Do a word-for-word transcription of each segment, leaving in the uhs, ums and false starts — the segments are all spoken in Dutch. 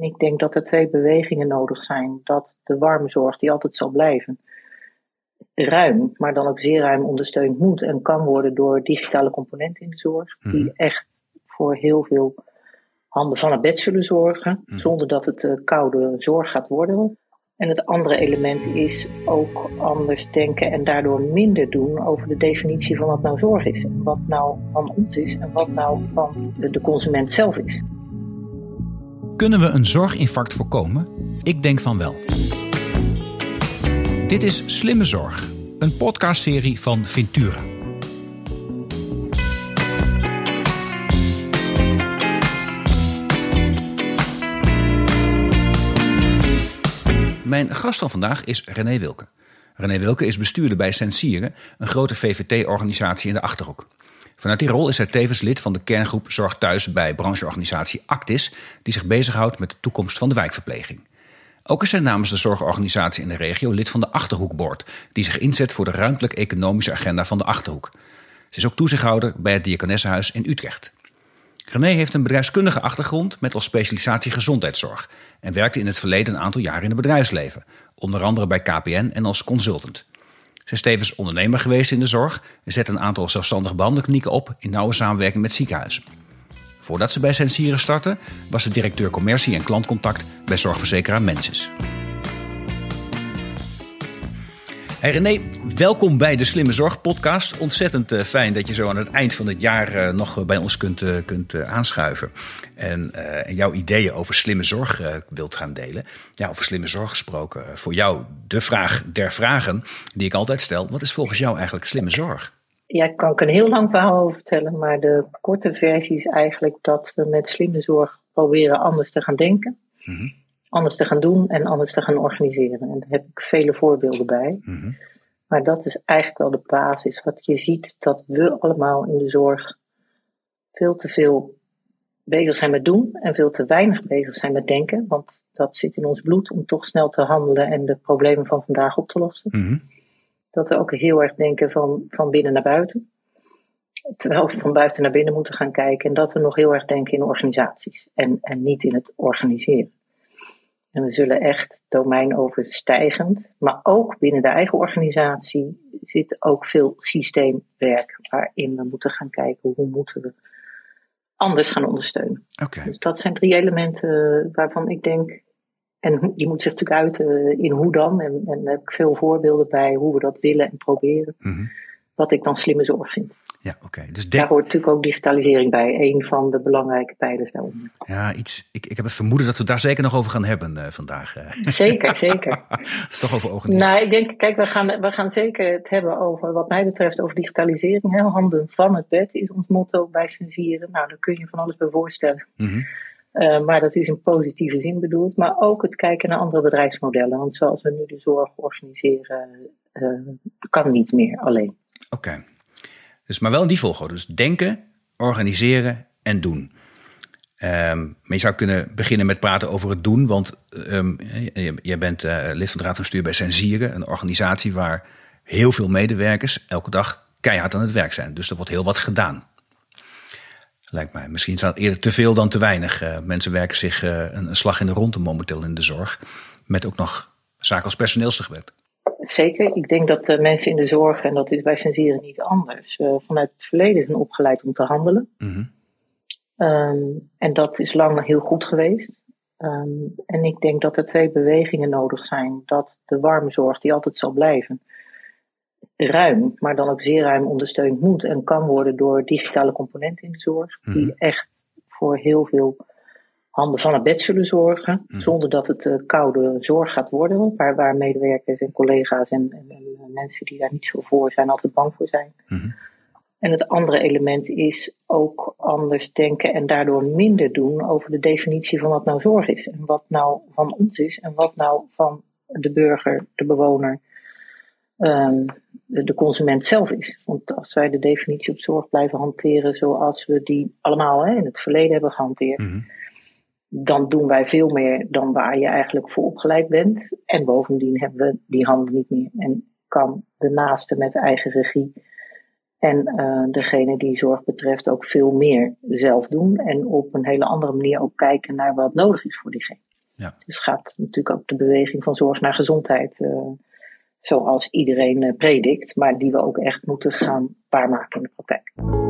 ik denk dat er twee bewegingen nodig zijn. Dat de warme zorg, die altijd zal blijven, ruim, maar dan ook zeer ruim ondersteund moet en kan worden door digitale componenten in de zorg. Mm-hmm. Die echt voor heel veel handen van het bed zullen zorgen, mm-hmm. zonder dat het uh, koude zorg gaat worden. En het andere element is ook anders denken en daardoor minder doen over de definitie van wat nou zorg is. En wat nou van ons is en wat nou van de, de consument zelf is. Kunnen we een zorginfarct voorkomen? Ik denk van wel. Dit is Slimme Zorg, een podcastserie van Vintura. Mijn gast van vandaag is René Wilke. René Wilke is bestuurder bij Sensieren, een grote V V T-organisatie in de Achterhoek. Vanuit die rol is hij tevens lid van de kerngroep Zorg Thuis bij brancheorganisatie Actis, die zich bezighoudt met de toekomst van de wijkverpleging. Ook is hij namens de zorgorganisatie in de regio lid van de Achterhoekboard, die zich inzet voor de ruimtelijk-economische agenda van de Achterhoek. Ze is ook toezichthouder bij het Diakonessenhuis in Utrecht. René heeft een bedrijfskundige achtergrond met als specialisatie gezondheidszorg en werkte in het verleden een aantal jaren in het bedrijfsleven, onder andere bij K P N en als consultant. Ze is tevens ondernemer geweest in de zorg en zet een aantal zelfstandige behandelklinieken op in nauwe samenwerking met ziekenhuizen. Voordat ze bij Sensieren startte, was ze directeur commercie en klantcontact bij zorgverzekeraar Mensis. Hey René, welkom bij de Slimme Zorg podcast. Ontzettend uh, fijn dat je zo aan het eind van het jaar uh, nog bij ons kunt, uh, kunt uh, aanschuiven. En uh, jouw ideeën over slimme zorg uh, wilt gaan delen. Ja, over slimme zorg gesproken. Uh, voor jou de vraag der vragen die ik altijd stel. Wat is volgens jou eigenlijk slimme zorg? Ja, ik kan ik een heel lang verhaal over vertellen. Maar de korte versie is eigenlijk dat we met slimme zorg proberen anders te gaan denken. Mm-hmm. Anders te gaan doen en anders te gaan organiseren. En daar heb ik vele voorbeelden bij. Mm-hmm. Maar dat is eigenlijk wel de basis. Wat je ziet dat we allemaal in de zorg veel te veel bezig zijn met doen en veel te weinig bezig zijn met denken. Want dat zit in ons bloed om toch snel te handelen en de problemen van vandaag op te lossen. Mm-hmm. Dat we ook heel erg denken van, van binnen naar buiten. Terwijl we van buiten naar binnen moeten gaan kijken. En dat we nog heel erg denken in organisaties en, en niet in het organiseren. En we zullen echt domeinoverstijgend, maar ook binnen de eigen organisatie zit ook veel systeemwerk waarin we moeten gaan kijken hoe moeten we anders gaan ondersteunen. Okay. Dus dat zijn drie elementen waarvan ik denk, en die moet zich natuurlijk uiten in hoe dan, en, en daar heb ik veel voorbeelden bij hoe we dat willen en proberen, mm-hmm. wat ik dan slimme zorg vind. Ja, okay. Dus de... Daar hoort natuurlijk ook digitalisering bij, een van de belangrijke pijlers daaronder. Ja, iets, ik, ik heb het vermoeden dat we daar zeker nog over gaan hebben uh, vandaag. Zeker, zeker. Het is toch over organisatie. Nou, ik denk, kijk, we gaan, we gaan zeker het hebben over, wat mij betreft, over digitalisering. Hè. Handen van het bed is ons motto bij Sensieren. Nou, daar kun je van alles bij voorstellen. Mm-hmm. Uh, maar dat is in positieve zin bedoeld. Maar ook het kijken naar andere bedrijfsmodellen. Want zoals we nu de zorg organiseren, uh, kan niet meer alleen. Oké. Okay. Dus maar wel in die volgorde. Dus denken, organiseren en doen. Um, maar je zou kunnen beginnen met praten over het doen. Want um, jij bent uh, lid van de Raad van Bestuur bij Sensieren. Een organisatie waar heel veel medewerkers elke dag keihard aan het werk zijn. Dus er wordt heel wat gedaan. Lijkt mij. Misschien is dat eerder te veel dan te weinig. Uh, mensen werken zich uh, een, een slag in de ronde momenteel in de zorg. Met ook nog zaken als personeelstegewerkt. Zeker. Ik denk dat de mensen in de zorg, en dat is bij Sensieren niet anders, uh, vanuit het verleden zijn opgeleid om te handelen. Mm-hmm. Um, en dat is lang heel goed geweest. Um, en ik denk dat er twee bewegingen nodig zijn. Dat de warme zorg, die altijd zal blijven, ruim, maar dan ook zeer ruim ondersteund moet en kan worden door digitale componenten in de zorg. Mm-hmm. Die echt voor heel veel handen van het bed zullen zorgen, mm. zonder dat het uh, koude zorg gaat worden, waar, waar medewerkers en collega's en, en, en mensen die daar niet zo voor zijn, altijd bang voor zijn. Mm-hmm. En het andere element is ook anders denken en daardoor minder doen over de definitie van wat nou zorg is. En wat nou van ons is en wat nou van de burger, de bewoner, um, de, de consument zelf is. Want als wij de definitie op zorg blijven hanteren zoals we die allemaal hè, in het verleden hebben gehanteerd, mm-hmm. dan doen wij veel meer dan waar je eigenlijk voor opgeleid bent. En bovendien hebben we die handen niet meer. En kan de naaste met eigen regie en uh, degene die zorg betreft ook veel meer zelf doen. En op een hele andere manier ook kijken naar wat nodig is voor diegene. Ja. Dus gaat natuurlijk ook de beweging van zorg naar gezondheid, uh, zoals iedereen uh, predikt, maar die we ook echt moeten gaan waarmaken in de praktijk.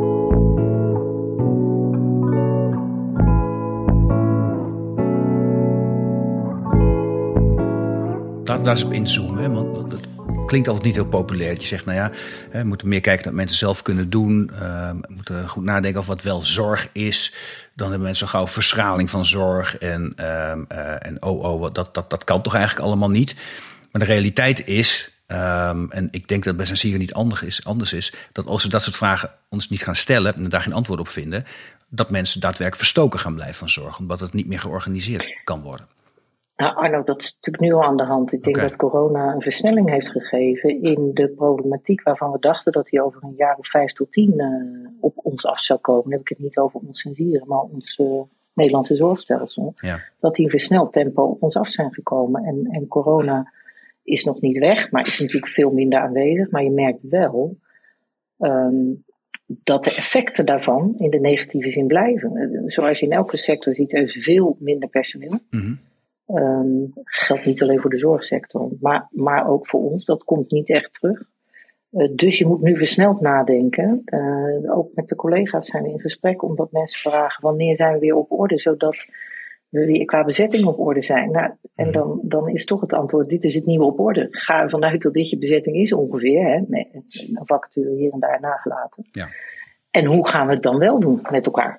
Laten we daar eens op inzoomen, hè? Want dat klinkt altijd niet heel populair. Je zegt, nou ja, we moeten meer kijken naar wat mensen zelf kunnen doen. Uh, we moeten goed nadenken over wat wel zorg is. Dan hebben mensen zo gauw verschraling van zorg. En, uh, uh, en oh, oh, dat, dat, dat kan toch eigenlijk allemaal niet. Maar de realiteit is, um, en ik denk dat het bij Sensieren niet anders is, anders is, dat als we dat soort vragen ons niet gaan stellen en daar geen antwoord op vinden, dat mensen daadwerkelijk verstoken gaan blijven van zorg, omdat het niet meer georganiseerd kan worden. Nou Arno, dat is natuurlijk nu al aan de hand. Ik denk okay. dat corona een versnelling heeft gegeven in de problematiek waarvan we dachten dat die over een jaar of vijf tot tien uh, op ons af zou komen. Dan heb ik het niet over ons Sensieren, maar ons uh, Nederlandse zorgstelsel. Ja. Dat die in versneld tempo op ons af zijn gekomen. En, en corona is nog niet weg, maar is natuurlijk veel minder aanwezig. Maar je merkt wel um, dat de effecten daarvan in de negatieve zin blijven. Zoals je in elke sector ziet, er is veel minder personeel. Mm-hmm. Um, geldt niet alleen voor de zorgsector, maar, maar ook voor ons. Dat komt niet echt terug. Uh, dus je moet nu versneld nadenken. Uh, ook met de collega's zijn we in gesprek, omdat mensen vragen wanneer zijn we weer op orde, zodat we weer qua bezetting op orde zijn. Nou, en dan, dan is toch het antwoord, dit is het nieuwe op orde. Ga er vanuit dat dit je bezetting is ongeveer. Hè? Nee, een vacature hier en daar nagelaten. Ja. En hoe gaan we het dan wel doen met elkaar?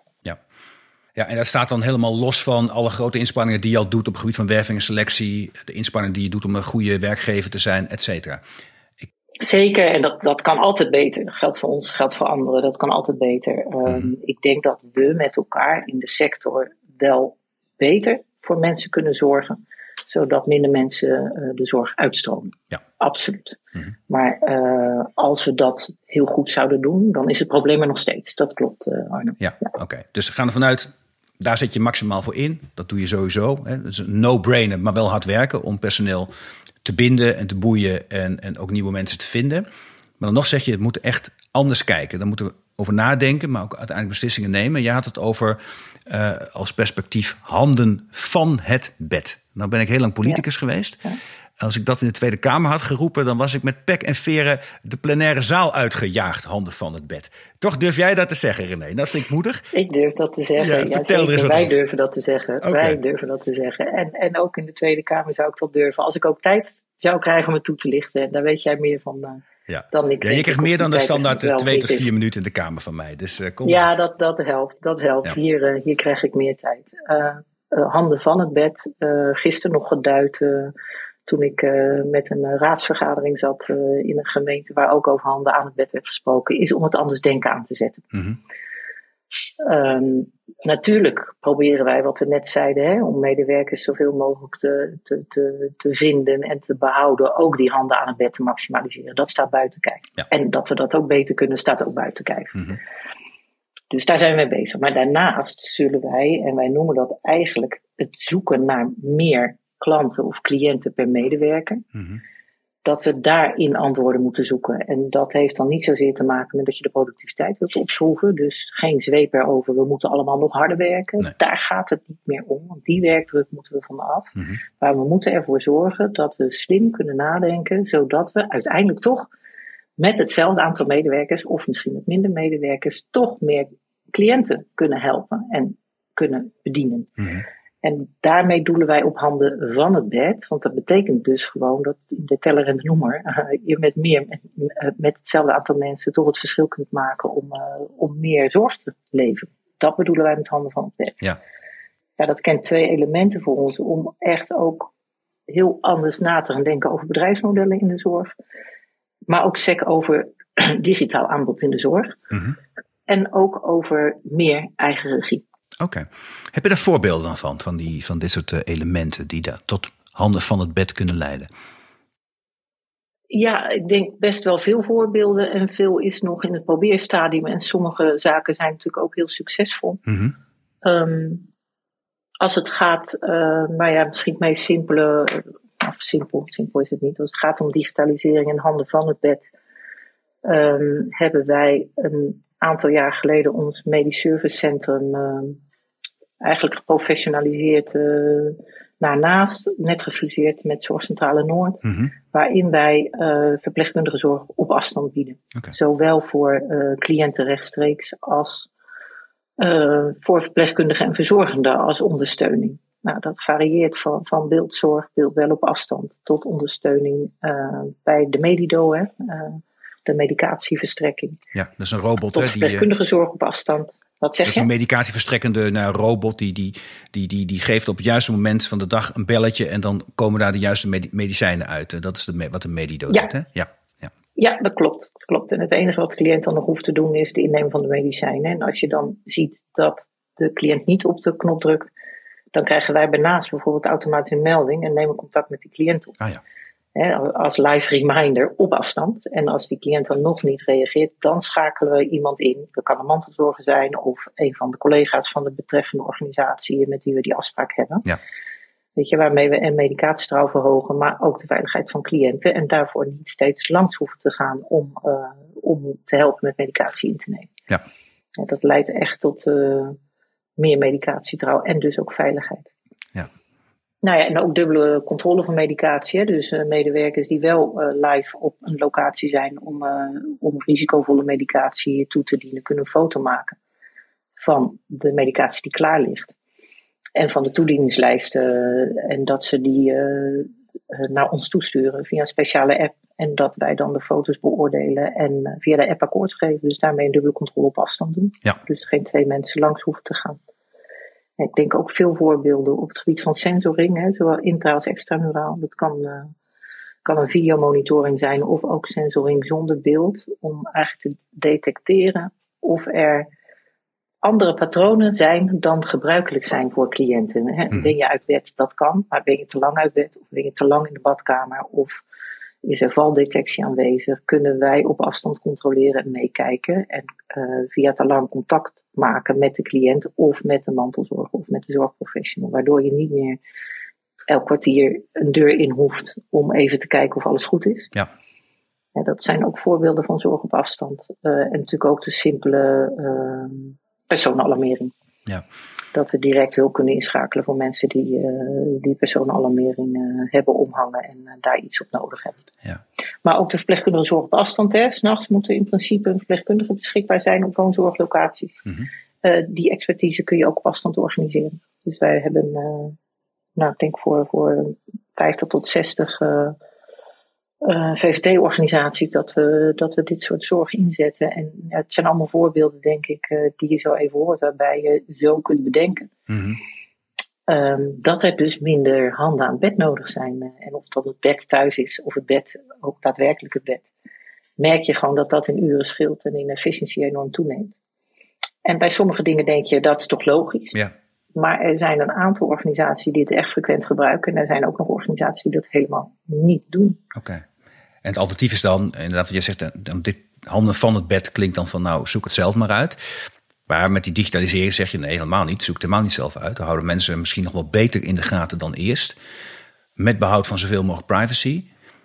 Ja, en dat staat dan helemaal los van alle grote inspanningen die je al doet op het gebied van werving en selectie. De inspanningen die je doet om een goede werkgever te zijn, et cetera. Ik... Zeker, en dat, dat kan altijd beter. Dat geldt voor ons, geldt voor anderen. Dat kan altijd beter. Um, mm. Ik denk dat we met elkaar in de sector wel beter voor mensen kunnen zorgen, zodat minder mensen uh, de zorg uitstromen. Ja. Absoluut. Mm-hmm. Maar uh, als we dat heel goed zouden doen, dan is het probleem er nog steeds. Dat klopt, uh, Arno. Ja, ja. Oké. Okay. Dus we gaan ervan uit, daar zet je maximaal voor in. Dat doe je sowieso. Hè. Dat is een no-brainer, maar wel hard werken om personeel te binden en te boeien en, en ook nieuwe mensen te vinden. Maar dan nog zeg je, het moet echt anders kijken. Dan moeten we over nadenken, maar ook uiteindelijk beslissingen nemen. Je had het over uh, als perspectief handen van het bed. Nou ben ik heel lang politicus ja. geweest. Ja. Als ik dat in de Tweede Kamer had geroepen, dan was ik met pek en veren de plenaire zaal uitgejaagd, handen van het bed. Toch durf jij dat te zeggen, René? Dat vind ik moedig. Ik durf dat te zeggen. Ja, ja, vertel er eens wat Wij over. durven dat te zeggen. Okay. Wij durven dat te zeggen. En, en ook in de Tweede Kamer zou ik dat durven. Als ik ook tijd zou krijgen om het toe te lichten, daar weet jij meer van uh, ja. dan ik. Ja, je krijgt meer dan de standaard twee tot vier minuten in de Kamer van mij. Dus, uh, kom ja, dat, dat helpt. Dat helpt. Ja. Hier, uh, hier krijg ik meer tijd. Uh, uh, handen van het bed. Uh, gisteren nog geduid. Uh, Toen ik uh, met een uh, raadsvergadering zat uh, in een gemeente waar ook over handen aan het bed werd gesproken, is om het anders denken aan te zetten. Mm-hmm. Um, natuurlijk proberen wij, wat we net zeiden, hè, om medewerkers zoveel mogelijk te, te, te, te vinden en te behouden, ook die handen aan het bed te maximaliseren. Dat staat buiten kijf. Ja. En dat we dat ook beter kunnen, staat ook buiten kijf. Mm-hmm. Dus daar zijn we mee bezig. Maar daarnaast zullen wij, en wij noemen dat eigenlijk het zoeken naar meer klanten of cliënten per medewerker, mm-hmm. dat we daarin antwoorden moeten zoeken. En dat heeft dan niet zozeer te maken met dat je de productiviteit wilt opschroeven. Dus geen zweep erover, we moeten allemaal nog harder werken. Nee. Daar gaat het niet meer om, want die werkdruk moeten we vanaf. Mm-hmm. Maar we moeten ervoor zorgen dat we slim kunnen nadenken, zodat we uiteindelijk toch met hetzelfde aantal medewerkers, of misschien met minder medewerkers, toch meer cliënten kunnen helpen en kunnen bedienen. Mm-hmm. En daarmee doelen wij op handen van het bed. Want dat betekent dus gewoon dat in de teller en de noemer uh, je met meer uh, met hetzelfde aantal mensen toch het verschil kunt maken om, uh, om meer zorg te leveren. Dat bedoelen wij met handen van het bed. Ja. Ja, dat kent twee elementen voor ons om echt ook heel anders na te gaan denken over bedrijfsmodellen in de zorg. Maar ook sec over digitaal aanbod in de zorg. Mm-hmm. En ook over meer eigen regie. Oké. Okay. Heb je daar voorbeelden van, van, die, van dit soort uh, elementen die daar tot handen van het bed kunnen leiden? Ja, ik denk best wel veel voorbeelden en veel is nog in het probeerstadium. En sommige zaken zijn natuurlijk ook heel succesvol. Mm-hmm. Um, als het gaat, uh, nou ja, misschien het meest simpele, of simpel, simpel is het niet. Als het gaat om digitalisering en handen van het bed, um, hebben wij een aantal jaar geleden ons medisch servicecentrum uh, eigenlijk geprofessionaliseerd, uh, Daarnaast net gefuseerd met Zorgcentrale Noord, Mm-hmm. waarin wij uh, verpleegkundige zorg op afstand bieden. Okay. Zowel voor uh, cliënten rechtstreeks als uh, voor verpleegkundigen en verzorgenden als ondersteuning. Nou, dat varieert van, van beeldzorg, beeld wel op afstand, tot ondersteuning uh, bij de Medido, hè, uh, de medicatieverstrekking. Ja, dat is een robot. Tot hè, verpleegkundige die, zorg op afstand. Wat zeg dat je? is een medicatieverstrekkende nou, robot die, die, die, die, die geeft op het juiste moment van de dag een belletje en dan komen daar de juiste medi- medicijnen uit. Dat is de, wat de Medido Ja. doet, hè? Ja. Ja. Ja, dat klopt, dat klopt. En het enige wat de cliënt dan nog hoeft te doen is de innemen van de medicijnen. En als je dan ziet dat de cliënt niet op de knop drukt, dan krijgen wij daarnaast bijvoorbeeld automatisch een melding en nemen contact met die cliënt op. Ah, ja. He, als live reminder op afstand. En als die cliënt dan nog niet reageert, dan schakelen we iemand in. Dat kan een mantelzorger zijn of een van de collega's van de betreffende organisatie met wie we die afspraak hebben. Ja. Weet je, waarmee we en medicatietrouw verhogen, maar ook de veiligheid van cliënten. En daarvoor niet steeds langs hoeven te gaan om, uh, om te helpen met medicatie in te nemen. Ja. Ja, dat leidt echt tot uh, meer medicatietrouw en dus ook veiligheid. Ja. Nou ja, en ook dubbele controle van medicatie. Hè. Dus uh, medewerkers die wel uh, live op een locatie zijn om, uh, om risicovolle medicatie toe te dienen, kunnen een foto maken van de medicatie die klaar ligt. En van de toedieningslijsten. Uh, en dat ze die uh, naar ons toesturen via een speciale app. En dat wij dan de foto's beoordelen en uh, via de app akkoord geven. Dus daarmee een dubbele controle op afstand doen. Ja. Dus geen twee mensen langs hoeven te gaan. Ik denk ook veel voorbeelden op het gebied van sensoring, hè, zowel intra- als extramuraal. Dat kan, uh, kan een videomonitoring zijn of ook sensoring zonder beeld. Om eigenlijk te detecteren of er andere patronen zijn dan gebruikelijk zijn voor cliënten. Hè. Hmm. Ben je uit bed? Dat kan. Maar ben je te lang uit bed? Of ben je te lang in de badkamer? Of is er valdetectie aanwezig? Kunnen wij op afstand controleren en meekijken. En uh, via het alarm contact maken met de cliënt of met de mantelzorger of met de zorgprofessional. Waardoor je niet meer elk kwartier een deur in hoeft om even te kijken of alles goed is. Ja. Ja, dat zijn ook voorbeelden van zorg op afstand. Uh, en natuurlijk ook de simpele uh, personenalarmering. Ja. Dat we direct hulp kunnen inschakelen voor mensen die, uh, die personenalarmering uh, hebben omhangen en uh, daar iets op nodig hebben. Ja. Maar ook de verpleegkundige zorg op afstand. Hè. 'S Nachts moet er in principe een verpleegkundige beschikbaar zijn op woonzorglocaties. Mm-hmm. Uh, die expertise kun je ook op afstand organiseren. Dus wij hebben, uh, nou ik denk voor, voor vijftig tot zestig uh, uh, V V T-organisaties dat we, dat we dit soort zorg inzetten. En uh, het zijn allemaal voorbeelden, denk ik, uh, die je zo even hoort, waarbij je zo kunt bedenken. Mm-hmm. Um, dat er dus minder handen aan het bed nodig zijn. Uh, en of dat het bed thuis is of het bed, ook daadwerkelijk het bed. Merk je gewoon dat dat in uren scheelt en in efficiëntie enorm toeneemt. En bij sommige dingen denk je, dat is toch logisch. Ja. Maar er zijn een aantal organisaties die het echt frequent gebruiken. En er zijn ook nog organisaties die dat helemaal niet doen. Oké. Okay. En het alternatief is dan, inderdaad, wat jij zegt, dan dit handen van het bed klinkt dan van, nou, zoek het zelf maar uit. Maar met die digitalisering zeg je, nee, helemaal niet. Zoek het helemaal niet zelf uit. Dan houden mensen misschien nog wel beter in de gaten dan eerst. Met behoud van zoveel mogelijk privacy.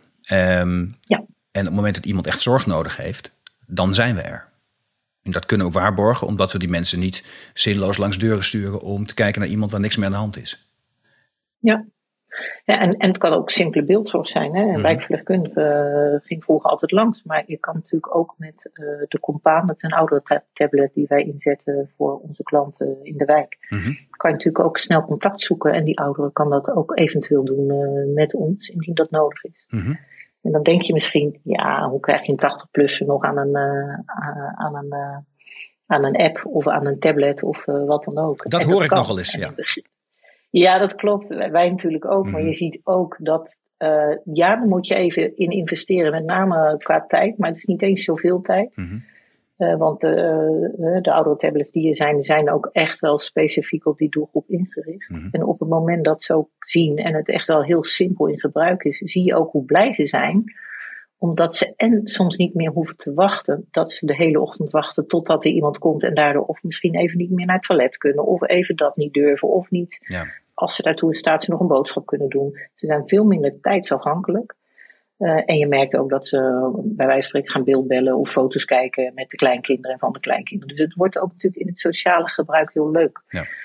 Um, ja. En op het moment dat iemand echt zorg nodig heeft, dan zijn we er. En dat kunnen we ook waarborgen, omdat we die mensen niet zinloos langs deuren sturen om te kijken naar iemand waar niks meer aan de hand is. Ja, ja en, en het kan ook simpele beeldzorg zijn. Hè? Een mm-hmm. wijkverpleegkundige uh, ging vroeger altijd langs. Maar je kan natuurlijk ook met uh, de Compaan, met een oudere ta- tablet die wij inzetten voor onze klanten in de wijk. Mm-hmm. Kan je natuurlijk ook snel contact zoeken. En die oudere kan dat ook eventueel doen uh, met ons, indien dat nodig is. Mm-hmm. En dan denk je misschien, ja, hoe krijg je een tachtig-plusser nog aan een, uh, aan, een, uh, aan een app of aan een tablet of uh, wat dan ook. Dat en hoor dat ik kan. Nogal eens, ja. Ja, dat klopt. Wij natuurlijk ook. Mm-hmm. Maar je ziet ook dat, uh, ja, daar moet je even in investeren. Met name qua tijd, maar het is niet eens zoveel tijd. Mm-hmm. Uh, want de, uh, de oudere tablets die er zijn, zijn ook echt wel specifiek op die doelgroep ingericht. Mm-hmm. En op het moment dat ze ook zien en het echt wel heel simpel in gebruik is, zie je ook hoe blij ze zijn. Omdat ze en soms niet meer hoeven te wachten. Dat ze de hele ochtend wachten totdat er iemand komt en daardoor of misschien even niet meer naar het toilet kunnen. Of even dat niet durven of niet. Ja. Als ze daartoe in staat zijn nog een boodschap kunnen doen. Ze zijn veel minder tijdsafhankelijk. Uh, en je merkt ook dat ze bij wijze van spreken gaan beeldbellen of foto's kijken met de kleinkinderen en van de kleinkinderen. Dus het wordt ook natuurlijk in het sociale gebruik heel leuk. Ja.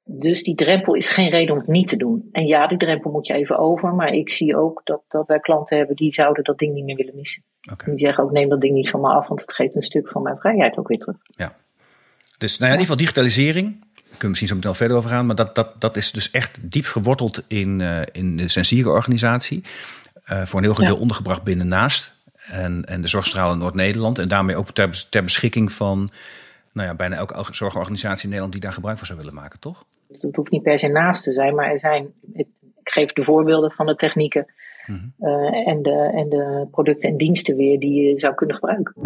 Dus die drempel is geen reden om het niet te doen. En ja, die drempel moet je even over. Maar ik zie ook dat, dat wij klanten hebben die zouden dat ding niet meer willen missen. Okay. Die zeggen ook, neem dat ding niet van me af, want het geeft een stuk van mijn vrijheid ook weer terug. Ja. Dus nou ja, in ieder geval digitalisering. Daar kunnen we misschien zo meteen al verder over gaan. Maar dat, dat, dat is dus echt diep geworteld in, uh, in de Sensieren-organisatie. Uh, voor een heel groot deel ja. ondergebracht binnen Naast. En, en de Zorgcentrale Noord-Nederland. En daarmee ook ter, ter beschikking van nou ja, bijna elke zorgorganisatie in Nederland die daar gebruik van zou willen maken, toch? Het hoeft niet per se Naast te zijn, maar er zijn, ik geef de voorbeelden van de technieken mm-hmm. uh, en, de, en de producten en diensten weer die je zou kunnen gebruiken.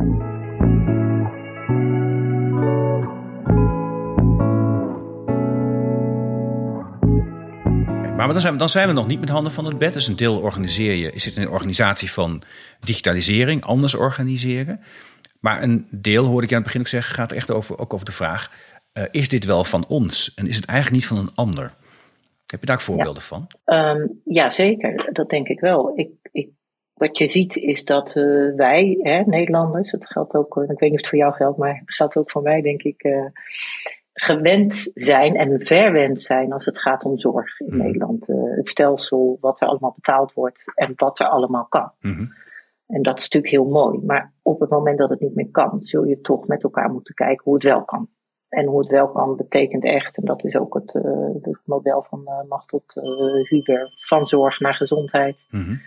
Maar dan zijn, we, dan zijn we nog niet met handen van het bed. Dus een deel organiseer je, is het een organisatie van digitalisering, anders organiseren. Maar een deel, hoorde ik je aan het begin ook zeggen, gaat echt over, ook over de vraag, uh, is dit wel van ons? En is het eigenlijk niet van een ander? Heb je daar ook voorbeelden ja. van? Um, ja, zeker. Dat denk ik wel. Ik, ik, wat je ziet is dat uh, wij, hè, Nederlanders, dat geldt ook, ik weet niet of het voor jou geldt, maar het geldt ook voor mij, denk ik, uh, gewend zijn en verwend zijn als het gaat om zorg in mm-hmm. Nederland. Uh, het stelsel, wat er allemaal betaald wordt en wat er allemaal kan. Mm-hmm. En dat is natuurlijk heel mooi. Maar op het moment dat het niet meer kan, zul je toch met elkaar moeten kijken hoe het wel kan. En hoe het wel kan betekent echt, en dat is ook het, uh, het model van uh, Machtel uh, Huber, van zorg naar gezondheid. Mm-hmm.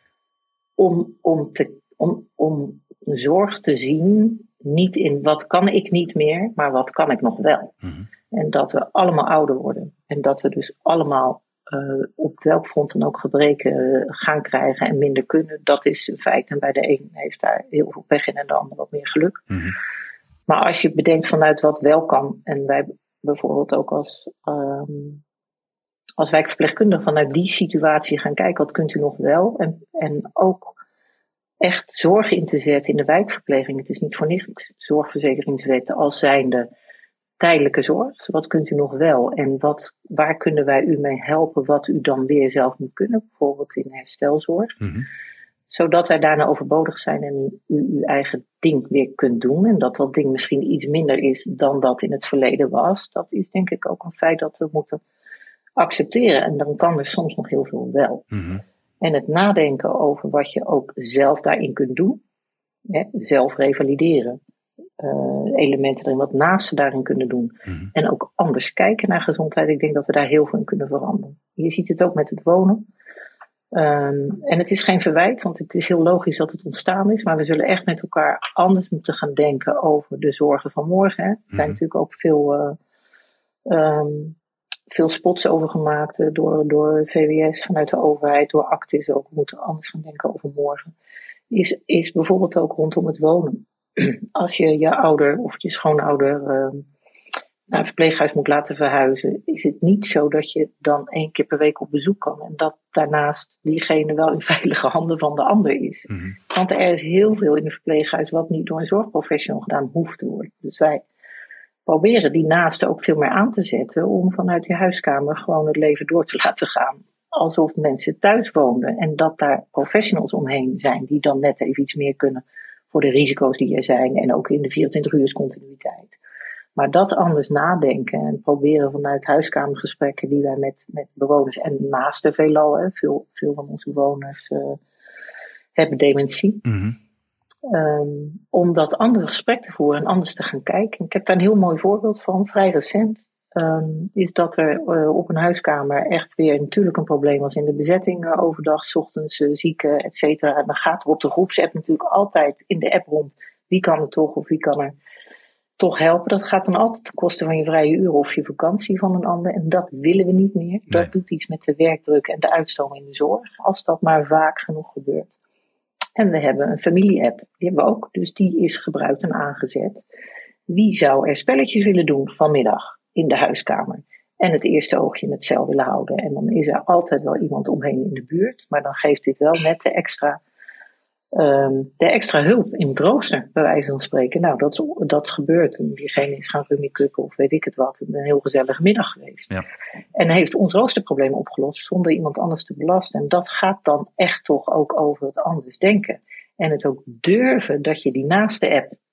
Om, om, te, om, om zorg te zien, niet in wat kan ik niet meer, maar wat kan ik nog wel. Mm-hmm. En dat we allemaal ouder worden. En dat we dus allemaal uh, op welk front dan ook gebreken uh, gaan krijgen en minder kunnen. Dat is een feit. En bij de een heeft daar heel veel pech in en de ander wat meer geluk. Mm-hmm. Maar als je bedenkt vanuit wat wel kan, en wij bijvoorbeeld ook als, um, als wijkverpleegkundige vanuit die situatie gaan kijken, wat kunt u nog wel? En, en ook echt zorg in te zetten in de wijkverpleging. Het is niet voor niks zorgverzekeringswetten als zijnde tijdelijke zorg. Wat kunt u nog wel? En wat, waar kunnen wij u mee helpen wat u dan weer zelf moet kunnen? Bijvoorbeeld in herstelzorg. Mm-hmm. Zodat wij daarna overbodig zijn en u uw eigen ding weer kunt doen. En dat dat ding misschien iets minder is dan dat in het verleden was. Dat is denk ik ook een feit dat we moeten accepteren. En dan kan er soms nog heel veel wel. Mm-hmm. En het nadenken over wat je ook zelf daarin kunt doen. Hè, zelf revalideren. Uh, elementen erin, wat naasten daarin kunnen doen. Mm-hmm. En ook anders kijken naar gezondheid. Ik denk dat we daar heel veel in kunnen veranderen. Je ziet het ook met het wonen. Um, en het is geen verwijt, want het is heel logisch dat het ontstaan is. Maar we zullen echt met elkaar anders moeten gaan denken over de zorgen van morgen. Hè. Er zijn mm-hmm. natuurlijk ook veel, uh, um, veel spots over gemaakt uh, door, door V W S vanuit de overheid, door Actis ook. We moeten anders gaan denken over morgen. Is, is bijvoorbeeld ook rondom het wonen. Als je je ouder of je schoonouder uh, naar een verpleeghuis moet laten verhuizen, is het niet zo dat je dan één keer per week op bezoek kan. En dat daarnaast diegene wel in veilige handen van de ander is. Mm-hmm. Want er is heel veel in een verpleeghuis wat niet door een zorgprofessional gedaan hoeft te worden. Dus wij proberen die naasten ook veel meer aan te zetten om vanuit je huiskamer gewoon het leven door te laten gaan. Alsof mensen thuis woonden en dat daar professionals omheen zijn die dan net even iets meer kunnen voor de risico's die er zijn en ook in de vierentwintig uur continuïteit. Maar dat anders nadenken en proberen vanuit huiskamergesprekken die wij met, met bewoners en naasten veelal, hè, veel, veel van onze bewoners uh, hebben dementie. Mm-hmm. Um, om dat andere gesprek te voeren en anders te gaan kijken. Ik heb daar een heel mooi voorbeeld van, vrij recent. Um, is dat er uh, op een huiskamer echt weer natuurlijk een probleem was in de bezetting. Uh, overdag, 's ochtends, uh, zieken, et cetera. En dan gaat er op de groepsapp natuurlijk altijd in de app rond. Wie kan er toch of wie kan er toch helpen? Dat gaat dan altijd ten koste van je vrije uren of je vakantie van een ander. En dat willen we niet meer. Nee. Dat doet iets met de werkdruk en de uitstroom in de zorg. Als dat maar vaak genoeg gebeurt. En we hebben een familie-app. Die hebben we ook. Dus die is gebruikt en aangezet. Wie zou er spelletjes willen doen vanmiddag in de huiskamer? En het eerste oogje in het cel willen houden. En dan is er altijd wel iemand omheen in de buurt. Maar dan geeft dit wel net de extra, um, de extra hulp in het rooster, bij wijze van spreken. Nou, dat is, dat is gebeurd. En diegene is gaan rummikukken of weet ik het wat. Een heel gezellige middag geweest. Ja. En heeft ons roosterprobleem opgelost zonder iemand anders te belasten. En dat gaat dan echt toch ook over het anders denken. En het ook durven dat je die naaste app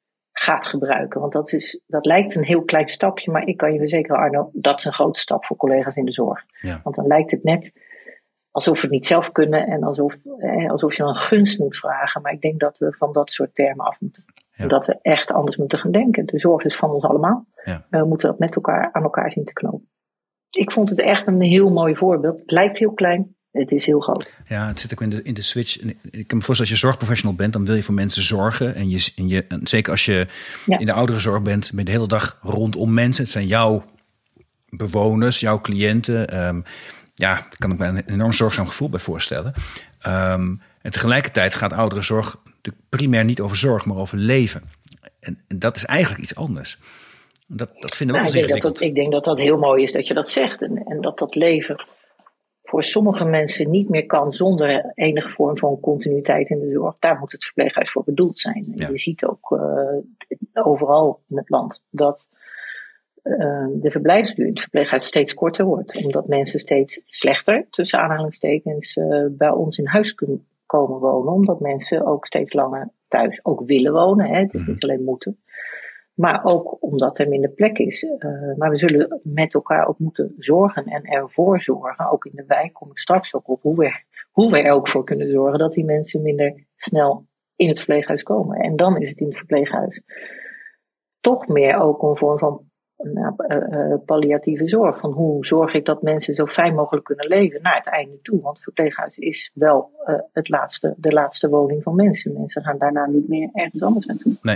gaat gebruiken. Want dat, is, dat lijkt een heel klein stapje, maar ik kan je verzekeren, Arno, dat is een grote stap voor collega's in de zorg. Ja. Want dan lijkt het net alsof we het niet zelf kunnen en alsof, eh, alsof je een gunst moet vragen. Maar ik denk dat we van dat soort termen af moeten. Ja. En dat we echt anders moeten gaan denken. De zorg is van ons allemaal. Ja. We moeten dat met elkaar aan elkaar zien te knopen. Ik vond het echt een heel mooi voorbeeld. Het lijkt heel klein. Het is heel groot. Ja, het zit ook in de, in de switch. Ik kan me voorstellen, als je zorgprofessional bent, dan wil je voor mensen zorgen. En, je, en, je, en zeker als je ja. in de ouderenzorg bent, ben je de hele dag rondom mensen. Het zijn jouw bewoners, jouw cliënten. Um, ja, daar kan ik me een enorm zorgzaam gevoel bij voorstellen. Um, en tegelijkertijd gaat ouderenzorg natuurlijk primair niet over zorg, maar over leven. En, en dat is eigenlijk iets anders. Dat, dat vinden we nou, ook ik denk dat, dat, ik denk dat dat heel mooi is dat je dat zegt. En, en dat dat leven voor sommige mensen niet meer kan zonder enige vorm van continuïteit in de zorg. Daar moet het verpleeghuis voor bedoeld zijn. Ja. Je ziet ook uh, overal in het land dat uh, de verblijfsduur in het verpleeghuis steeds korter wordt. Omdat mensen steeds slechter, tussen aanhalingstekens, uh, bij ons in huis kunnen komen wonen. Omdat mensen ook steeds langer thuis ook willen wonen. Hè. Het is niet alleen moeten. Maar ook omdat er minder plek is. Uh, maar we zullen met elkaar ook moeten zorgen en ervoor zorgen. Ook in de wijk kom ik straks ook op hoe we, hoe we er ook voor kunnen zorgen dat die mensen minder snel in het verpleeghuis komen. En dan is het in het verpleeghuis toch meer ook een vorm van nou, uh, uh, palliatieve zorg. Van hoe zorg ik dat mensen zo fijn mogelijk kunnen leven naar het einde toe. Want het verpleeghuis is wel uh, het laatste, de laatste woning van mensen. Mensen gaan daarna niet meer ergens anders naartoe. Nee.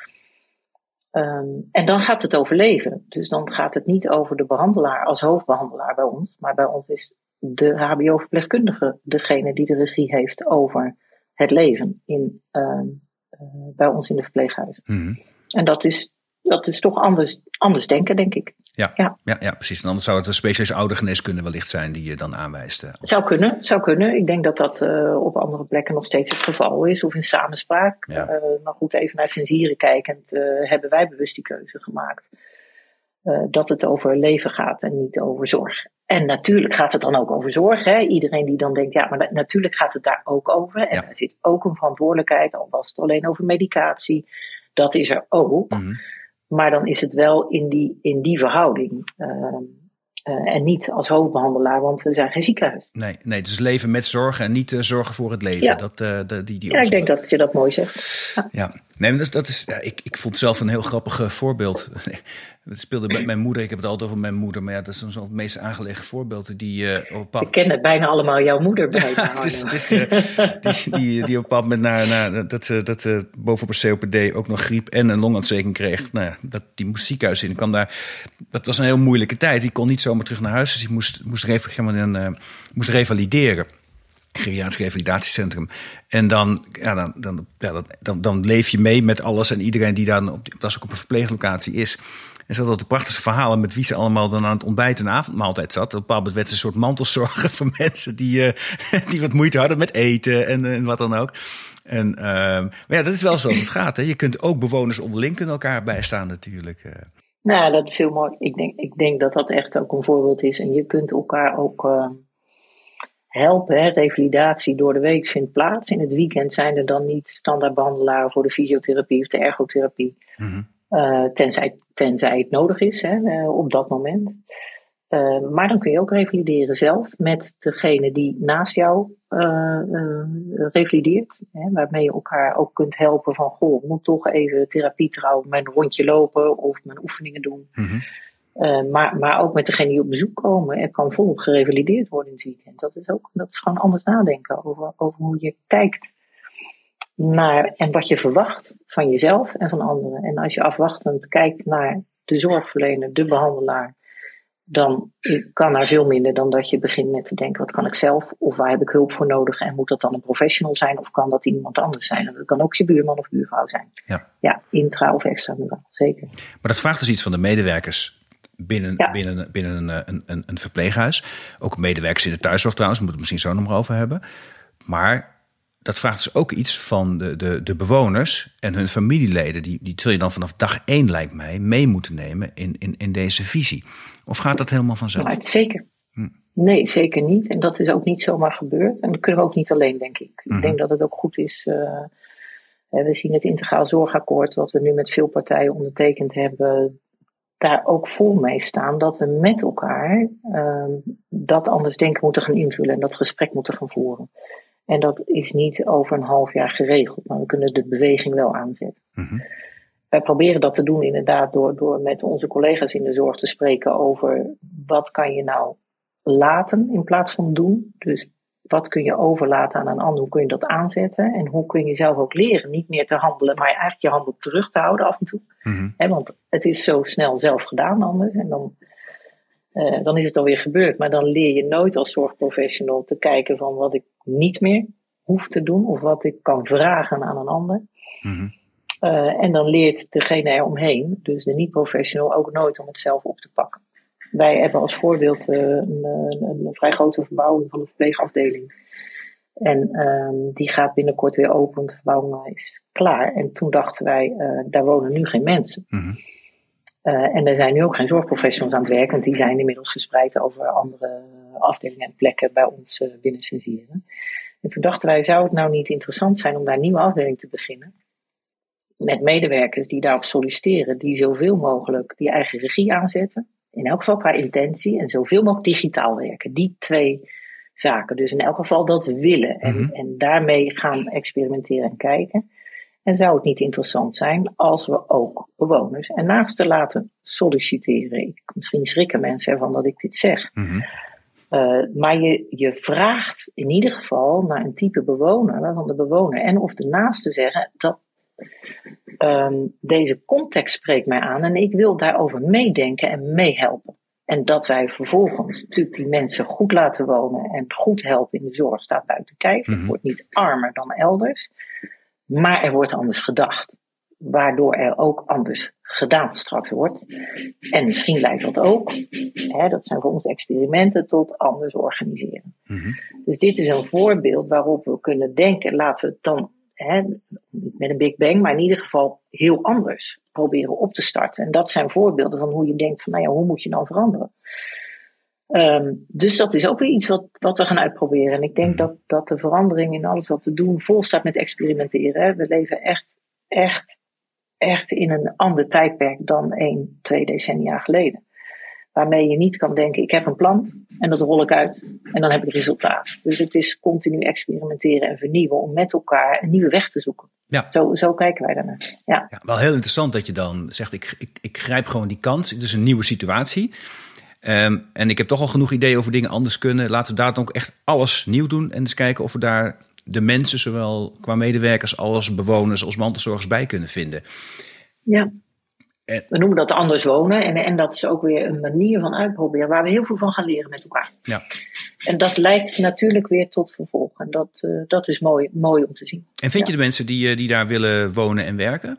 Um, en dan gaat het over leven. Dus dan gaat het niet over de behandelaar als hoofdbehandelaar bij ons. Maar bij ons is de H B O-verpleegkundige degene die de regie heeft over het leven in, uh, uh, bij ons in het verpleeghuis. Mm-hmm. En dat is, dat is toch anders, anders denken, denk ik. Ja, ja. Ja, ja, precies. En anders zou het een specialist oudergeneeskunde wellicht zijn die je dan aanwijst. Uh, zou kunnen, zou kunnen. Ik denk dat dat uh, op andere plekken nog steeds het geval is. Of in samenspraak. Ja. Uh, maar goed, even naar Sensieren kijkend uh, hebben wij bewust die keuze gemaakt. Uh, dat het over leven gaat en niet over zorg. En natuurlijk gaat het dan ook over zorg. Hè? Iedereen die dan denkt, ja, maar natuurlijk gaat het daar ook over. En ja. er zit ook een verantwoordelijkheid, al was het alleen over medicatie. Dat is er ook. Mm-hmm. Maar dan is het wel in die, in die verhouding. Uh, uh, en niet als hoofdbehandelaar, want we zijn geen ziekenhuis. Nee, nee, dus leven met zorgen en niet uh, zorgen voor het leven. Ja, dat, uh, de, die, die ja ik denk dat je dat mooi zegt. Ja, ja. Nee, maar dat, dat is, ja, ik, ik vond zelf een heel grappig uh, voorbeeld. Het speelde met mijn moeder. Ik heb het altijd over mijn moeder. Maar ja, dat is dan zo het meest aangelegd voorbeeld. Die, uh, op bepaald... Ik ken het bijna allemaal jouw moeder bij. Ja, het is, het is, uh, die, die, die op een bepaald moment naar, naar, dat ze dat, uh, bovenop een C O P D ook nog griep en een longontsteking kreeg. Nou ja, dat, die moest ziekenhuis in. Kwam daar, dat was een heel moeilijke tijd. Die kon niet zomaar terug naar huis. Dus die moest, moest, rev, uh, moest revalideren. Geriatrisch revalidatiecentrum. En dan, ja, dan, dan, ja, dan, dan leef je mee met alles en iedereen die daar op, dat is ook op een verpleeglocatie is. En ze had de prachtigste verhalen met wie ze allemaal dan aan het ontbijt en avondmaaltijd zat. Op een bepaald moment werd ze een soort mantelzorger voor mensen die, uh, die wat moeite hadden met eten en, en wat dan ook. En, uh, maar ja, dat is wel zoals het gaat. Hè. Je kunt ook bewoners onderling kunnen elkaar bijstaan natuurlijk. Uh. Nou, dat is heel mooi. Ik denk, ik denk dat dat echt ook een voorbeeld is. En je kunt elkaar ook uh, helpen. Hè. Revalidatie door de week vindt plaats. In het weekend zijn er dan niet standaard behandelaren voor de fysiotherapie of de ergotherapie. Mm-hmm. Uh, tenzij, tenzij het nodig is, hè, uh, op dat moment. Uh, maar dan kun je ook revalideren zelf met degene die naast jou uh, uh, revalideert. Hè, waarmee je elkaar ook kunt helpen van, goh, ik moet toch even therapie trouwen, mijn rondje lopen of mijn oefeningen doen. Mm-hmm. Uh, maar, maar ook met degene die op bezoek komen. Er kan volop gerevalideerd worden in het weekend. Dat is, ook, dat is gewoon anders nadenken over, over hoe je kijkt naar en wat je verwacht van jezelf en van anderen. En als je afwachtend kijkt naar de zorgverlener, de behandelaar, dan kan er veel minder dan dat je begint met te denken, wat kan ik zelf of waar heb ik hulp voor nodig en moet dat dan een professional zijn of kan dat iemand anders zijn? En dat kan ook je buurman of buurvrouw zijn. Ja, ja intra of extramuraal, zeker. Maar dat vraagt dus iets van de medewerkers binnen, ja. binnen, binnen een, een, een, een verpleeghuis. Ook medewerkers in de thuiszorg trouwens, moeten we het misschien zo nog maar over hebben. Maar dat vraagt dus ook iets van de, de, de bewoners en hun familieleden. Die, die zul je dan vanaf dag één, lijkt mij, mee moeten nemen in, in, in deze visie. Of gaat dat helemaal vanzelf? Nou, zeker. Hm. Nee, zeker niet. En dat is ook niet zomaar gebeurd. En dat kunnen we ook niet alleen, denk ik. Mm-hmm. Ik denk dat het ook goed is uh, We zien het integraal zorgakkoord, wat we nu met veel partijen ondertekend hebben, daar ook vol mee staan dat we met elkaar uh, dat anders denken moeten gaan invullen en dat gesprek moeten gaan voeren. En dat is niet over een half jaar geregeld, maar we kunnen de beweging wel aanzetten. Mm-hmm. Wij proberen dat te doen inderdaad door, door met onze collega's in de zorg te spreken over wat kan je nou laten in plaats van doen. Dus wat kun je overlaten aan een ander, hoe kun je dat aanzetten en hoe kun je zelf ook leren niet meer te handelen, maar eigenlijk je handel terug te houden af en toe. Mm-hmm. He, want het is zo snel zelf gedaan anders en dan, uh, dan is het alweer gebeurd. Maar dan leer je nooit als zorgprofessional te kijken van wat ik niet meer hoef te doen of wat ik kan vragen aan een ander. Mm-hmm. Uh, en dan leert degene eromheen, dus de niet-professional, ook nooit om het zelf op te pakken. Wij hebben als voorbeeld uh, een, een, een vrij grote verbouwing van de verpleegafdeling. En um, die gaat binnenkort weer open, de verbouwing is klaar. En toen dachten wij, uh, daar wonen nu geen mensen. Mm-hmm. Uh, en er zijn nu ook geen zorgprofessionals aan het werk, want die zijn inmiddels verspreid over andere afdelingen en plekken bij ons uh, binnen Sensieren. En toen dachten wij, zou het nou niet interessant zijn om daar een nieuwe afdeling te beginnen? Met medewerkers die daarop solliciteren, die zoveel mogelijk die eigen regie aanzetten. In elk geval qua intentie en zoveel mogelijk digitaal werken. Die twee zaken. Dus in elk geval dat we willen. En, mm-hmm. en daarmee gaan experimenteren en kijken. En zou het niet interessant zijn als we ook bewoners en naasten laten solliciteren. Ik, misschien schrikken mensen ervan dat ik dit zeg. Mm-hmm. Uh, maar je, je vraagt in ieder geval naar een type bewoner, waarvan de bewoner en of de naasten zeggen dat Um, deze context spreekt mij aan en ik wil daarover meedenken en meehelpen. En dat wij vervolgens natuurlijk die mensen goed laten wonen en goed helpen in de zorg staat buiten kijf. Mm-hmm. Het wordt niet armer dan elders, maar er wordt anders gedacht. Waardoor er ook anders gedaan straks wordt. En misschien leidt dat ook, hè, dat zijn voor ons experimenten, tot anders organiseren. Mm-hmm. Dus dit is een voorbeeld waarop we kunnen denken, laten we het dan He, niet met een Big Bang, maar in ieder geval heel anders proberen op te starten. En dat zijn voorbeelden van hoe je denkt van, nou ja, hoe moet je dan veranderen? Um, dus dat is ook weer iets wat, wat we gaan uitproberen. En ik denk dat, dat de verandering in alles wat we doen vol staat met experimenteren. Hè. We leven echt, echt, echt in een ander tijdperk dan één, twee decennia geleden. Waarmee je niet kan denken, ik heb een plan en dat rol ik uit en dan heb ik resultaat. Dus het is continu experimenteren en vernieuwen om met elkaar een nieuwe weg te zoeken. Ja. Zo, zo kijken wij daarnaar. Ja. Ja, wel heel interessant dat je dan zegt, ik, ik, ik grijp gewoon die kans. Het is een nieuwe situatie. Um, en ik heb toch al genoeg ideeën over dingen anders kunnen. Laten we daar dan ook echt alles nieuw doen en eens kijken of we daar de mensen, zowel qua medewerkers als bewoners, als mantelzorgers bij kunnen vinden. Ja. We noemen dat anders wonen. En, en dat is ook weer een manier van uitproberen waar we heel veel van gaan leren met elkaar. Ja. En dat leidt natuurlijk weer tot vervolg. En dat, uh, dat is mooi, mooi om te zien. En vind ja. je de mensen die, die daar willen wonen en werken?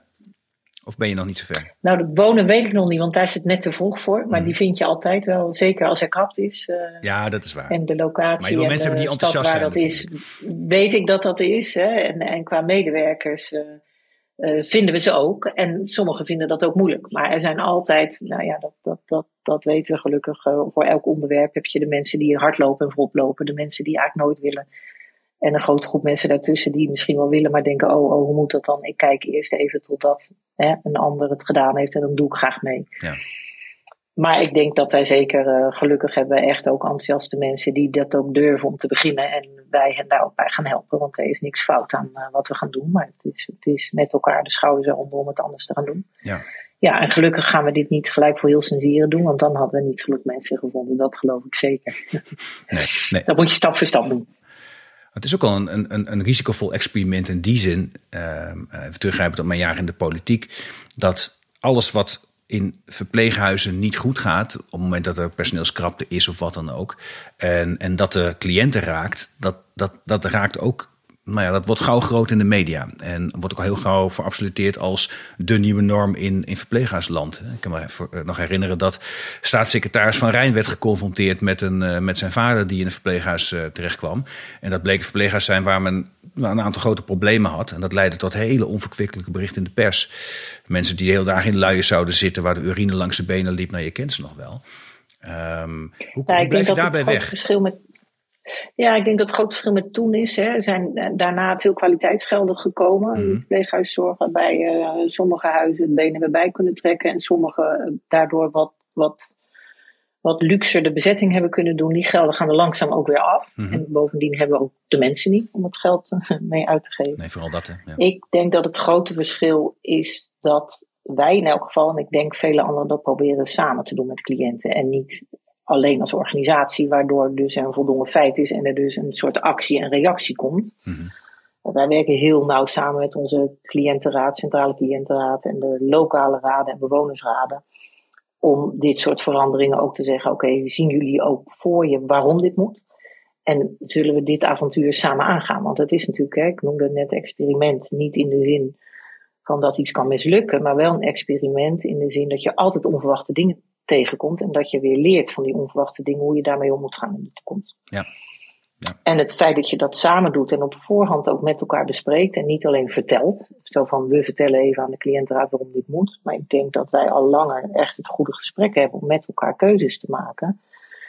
Of ben je nog niet zo ver? Nou, dat wonen weet ik nog niet, want daar is het net te vroeg voor. Maar mm. die vind je altijd wel, zeker als er kracht is. Uh, ja, dat is waar. En de locatie maar je wil en mensen de hebben die stad waar dat natuurlijk. is, weet ik dat dat is. Hè. En, en qua medewerkers uh, uh, vinden we ze ook. En sommigen vinden dat ook moeilijk. Maar er zijn altijd, nou ja, dat, dat, dat, dat weten we gelukkig. Uh, voor elk onderwerp heb je de mensen die hard lopen en voorop lopen. De mensen die eigenlijk nooit willen. En een grote groep mensen daartussen die misschien wel willen, maar denken, oh, oh hoe moet dat dan? Ik kijk eerst even totdat hè, een ander het gedaan heeft en dan doe ik graag mee. Ja. Maar ik denk dat wij zeker, uh, gelukkig hebben we echt ook enthousiaste mensen die dat ook durven om te beginnen. En wij hen daar ook bij gaan helpen, want er is niks fout aan uh, wat we gaan doen. Maar het is, het is met elkaar de schouders eronder om het anders te gaan doen. Ja. Ja, en gelukkig gaan we dit niet gelijk voor heel Sensieren doen, want dan hadden we niet genoeg mensen gevonden. Dat geloof ik zeker. Nee, nee. Dat moet je stap voor stap doen. Het is ook al een, een, een risicovol experiment in die zin, uh, even teruggrijpend op mijn jaar in de politiek, dat alles wat in verpleeghuizen niet goed gaat, op het moment dat er personeelskrapte is of wat dan ook, en, en dat de cliënten raakt, dat, dat, dat raakt ook, nou ja, dat wordt gauw groot in de media. En wordt ook al heel gauw verabsoluteerd als de nieuwe norm in, in verpleeghuisland. Ik kan me nog herinneren dat staatssecretaris Van Rijn werd geconfronteerd met, een, met zijn vader die in een verpleeghuis uh, terechtkwam. En dat bleek een verpleeghuis zijn waar men nou, een aantal grote problemen had. En dat leidde tot hele onverkwikkelijke berichten in de pers. Mensen die de hele dag in luien zouden zitten waar de urine langs de benen liep. Nou, je kent ze nog wel. Um, hoe ja, hoe blijf je daarbij weg? Verschil met Ja, ik denk dat het groot verschil met toen is. Hè. Er zijn daarna veel kwaliteitsgelden gekomen in de verpleeghuiszorg, waarbij uh, sommige huizen het benen weer bij kunnen trekken en sommige uh, daardoor wat, wat, wat luxer de bezetting hebben kunnen doen. Die gelden gaan er langzaam ook weer af. Mm-hmm. En bovendien hebben we ook de mensen niet om het geld uh, mee uit te geven. Nee, vooral dat. Hè? Ja. Ik denk dat het grote verschil is dat wij in elk geval, en ik denk vele anderen, dat proberen samen te doen met cliënten en niet alleen als organisatie, waardoor dus er een voldongen feit is en er dus een soort actie en reactie komt. Mm-hmm. Wij werken heel nauw samen met onze cliëntenraad, centrale cliëntenraad en de lokale raden en bewonersraden. Om dit soort veranderingen ook te zeggen, oké, okay, zien jullie ook voor je waarom dit moet? En zullen we dit avontuur samen aangaan? Want het is natuurlijk, hè, ik noemde het net experiment, niet in de zin van dat iets kan mislukken, maar wel een experiment in de zin dat je altijd onverwachte dingen tegenkomt en dat je weer leert van die onverwachte dingen hoe je daarmee om moet gaan in de toekomst. Ja. Ja. En het feit dat je dat samen doet en op voorhand ook met elkaar bespreekt en niet alleen vertelt, zo van we vertellen even aan de cliëntenraad waarom dit moet, maar ik denk dat wij al langer echt het goede gesprek hebben om met elkaar keuzes te maken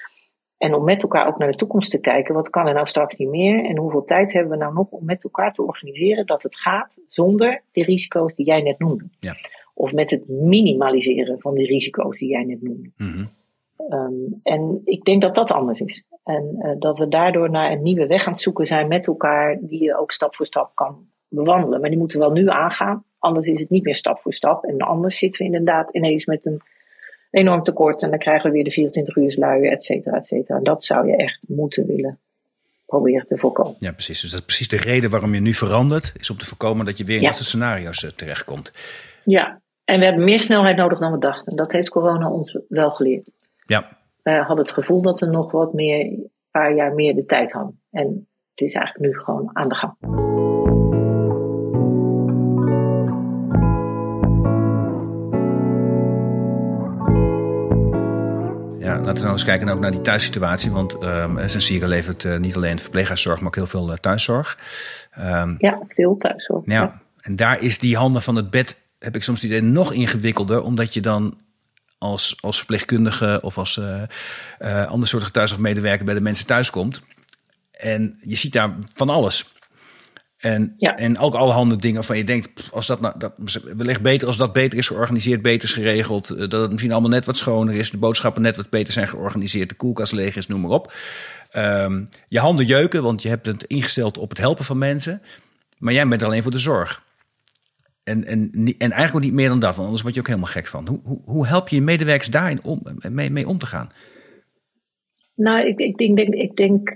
en om met elkaar ook naar de toekomst te kijken, wat kan er nou straks niet meer en hoeveel tijd hebben we nou nog om met elkaar te organiseren dat het gaat zonder de risico's die jij net noemde. Ja. Of met het minimaliseren van die risico's die jij net noemde. Mm-hmm. Um, en ik denk dat dat anders is. En uh, dat we daardoor naar een nieuwe weg aan het zoeken zijn met elkaar, die je ook stap voor stap kan bewandelen. Maar die moeten we wel nu aangaan, anders is het niet meer stap voor stap. En anders zitten we inderdaad ineens met een enorm tekort en dan krijgen we weer de vierentwintig uur luier, et cetera, et cetera. En dat zou je echt moeten willen proberen te voorkomen. Ja, precies. Dus dat is precies de reden waarom je nu verandert, is om te voorkomen dat je weer in ja. dat soort scenario's uh, terechtkomt. Ja, en we hebben meer snelheid nodig dan we dachten. Dat heeft corona ons wel geleerd. Ja. We hadden het gevoel dat we nog wat meer, een paar jaar meer de tijd hadden. En het is eigenlijk nu gewoon aan de gang. Ja, laten we nou eens kijken ook naar die thuissituatie. Want um, Sensieren levert uh, niet alleen verpleeghuiszorg, maar ook heel veel uh, thuiszorg. Um, ja, veel thuiszorg. Ja, ja, en daar is die handen van het bed, heb ik soms het idee, nog ingewikkelder. Omdat je dan als, als verpleegkundige of als uh, uh, ander soort thuiszorgmedewerker bij de mensen thuis komt. En je ziet daar van alles. En, ja. en ook allerhande dingen waarvan je denkt, als dat nou, dat, wellicht beter als dat beter is georganiseerd, beter is geregeld, dat het misschien allemaal net wat schoner is, de boodschappen net wat beter zijn georganiseerd, de koelkast leeg is, noem maar op. Um, je handen jeuken, want je hebt het ingesteld op het helpen van mensen, maar jij bent alleen voor de zorg. En, en, en eigenlijk ook niet meer dan dat, want anders word je ook helemaal gek van. Hoe, hoe, hoe help je je medewerkers daarin om, mee, mee om te gaan? Nou, ik, ik denk, denk, ik denk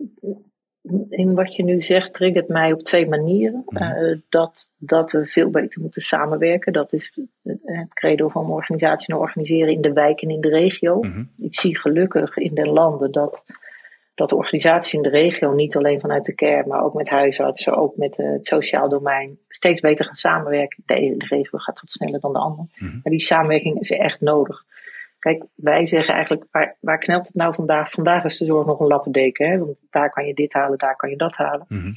in wat je nu zegt, triggert mij op twee manieren. Mm-hmm. Uh, dat, dat we veel beter moeten samenwerken. Dat is het credo van organisatie en organiseren in de wijk en in de regio. Mm-hmm. Ik zie gelukkig in de landen dat, dat de organisaties in de regio niet alleen vanuit de care, maar ook met huisartsen, ook met uh, het sociaal domein, steeds beter gaan samenwerken. De, de regio gaat wat sneller dan de ander. Mm-hmm. Maar die samenwerking is echt nodig. Kijk, wij zeggen eigenlijk, waar, waar knelt het nou vandaag? Vandaag is de zorg nog een lappendeken. Hè? Want daar kan je dit halen, daar kan je dat halen. Mm-hmm.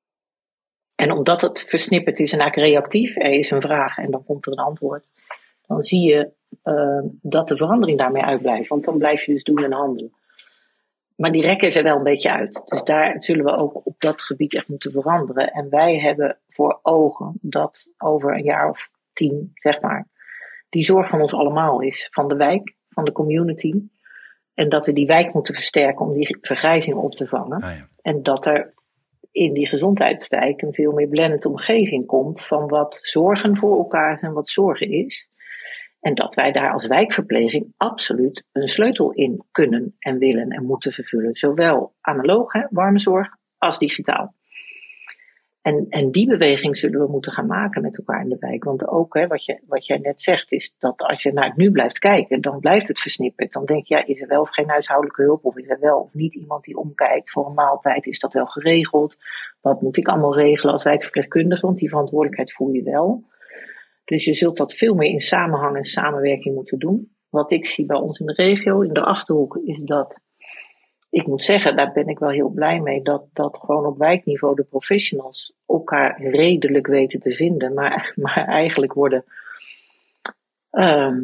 En omdat het versnipperd is en eigenlijk reactief, er is een vraag en dan komt er een antwoord. Dan zie je uh, dat de verandering daarmee uitblijft. Want dan blijf je dus doen en handelen. Maar die rekken is er wel een beetje uit. Dus daar zullen we ook op dat gebied echt moeten veranderen. En wij hebben voor ogen dat over een jaar of tien, zeg maar, die zorg van ons allemaal is. Van de wijk, van de community. En dat we die wijk moeten versterken om die vergrijzing op te vangen. Ah, ja. En dat er in die gezondheidswijk een veel meer blended omgeving komt van wat zorgen voor elkaar en wat zorgen is. En dat wij daar als wijkverpleging absoluut een sleutel in kunnen en willen en moeten vervullen. Zowel analoog, hè, warme zorg, als digitaal. En, en die beweging zullen we moeten gaan maken met elkaar in de wijk. Want ook, hè, wat, je, wat jij net zegt, is dat als je naar het nu blijft kijken, dan blijft het versnipperd. Dan denk je, ja, is er wel of geen huishoudelijke hulp? Of is er wel of niet iemand die omkijkt voor een maaltijd? Is dat wel geregeld? Wat moet ik allemaal regelen als wijkverpleegkundige? Want die verantwoordelijkheid voel je wel. Dus je zult dat veel meer in samenhang en samenwerking moeten doen. Wat ik zie bij ons in de regio, in de Achterhoek, is dat, ik moet zeggen, daar ben ik wel heel blij mee, dat, dat gewoon op wijkniveau de professionals elkaar redelijk weten te vinden. Maar, maar eigenlijk worden um,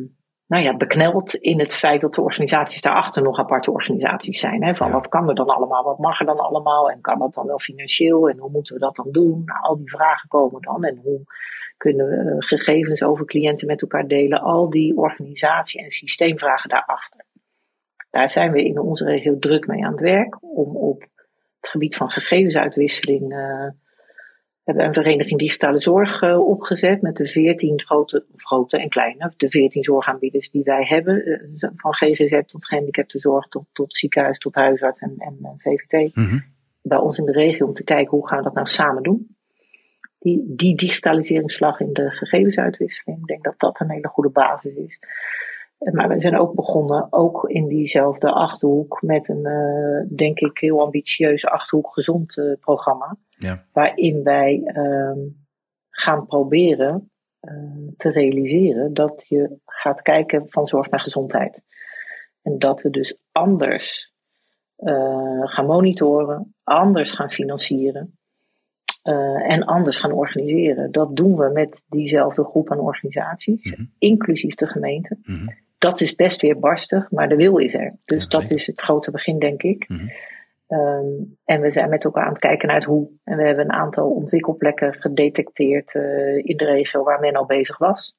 nou ja, bekneld in het feit dat de organisaties daarachter nog aparte organisaties zijn. Hè? Van ja. Wat kan er dan allemaal, wat mag er dan allemaal en kan dat dan wel financieel en hoe moeten we dat dan doen? Nou, al die vragen komen dan en hoe kunnen we gegevens over cliënten met elkaar delen? Al die organisatie- en systeemvragen daarachter. Daar zijn we in onze regio druk mee aan het werk om op het gebied van gegevensuitwisseling uh, we hebben een vereniging Digitale Zorg uh, opgezet met de veertien grote, grote en kleine, de veertien zorgaanbieders die wij hebben. Uh, van G G Z tot gehandicaptenzorg, tot, tot ziekenhuis, tot huisarts en, en uh, V V T. Mm-hmm. Bij ons in de regio om te kijken hoe gaan we dat nou samen doen. Die, die digitaliseringsslag in de gegevensuitwisseling. Ik denk dat dat een hele goede basis is. Maar we zijn ook begonnen, ook in diezelfde Achterhoek, met een, uh, denk ik, heel ambitieus Achterhoek Gezond uh, programma. Ja. Waarin wij uh, gaan proberen uh, te realiseren dat je gaat kijken van zorg naar gezondheid. En dat we dus anders uh, gaan monitoren, anders gaan financieren uh, en anders gaan organiseren. Dat doen we met diezelfde groep aan organisaties, mm-hmm. inclusief de gemeente. Mm-hmm. Dat is best weer barstig, maar de wil is er. Dus ja, dat is het grote begin, denk ik. Mm-hmm. Um, en we zijn met elkaar aan het kijken naar het hoe. En we hebben een aantal ontwikkelplekken gedetecteerd uh, in de regio waar men al bezig was.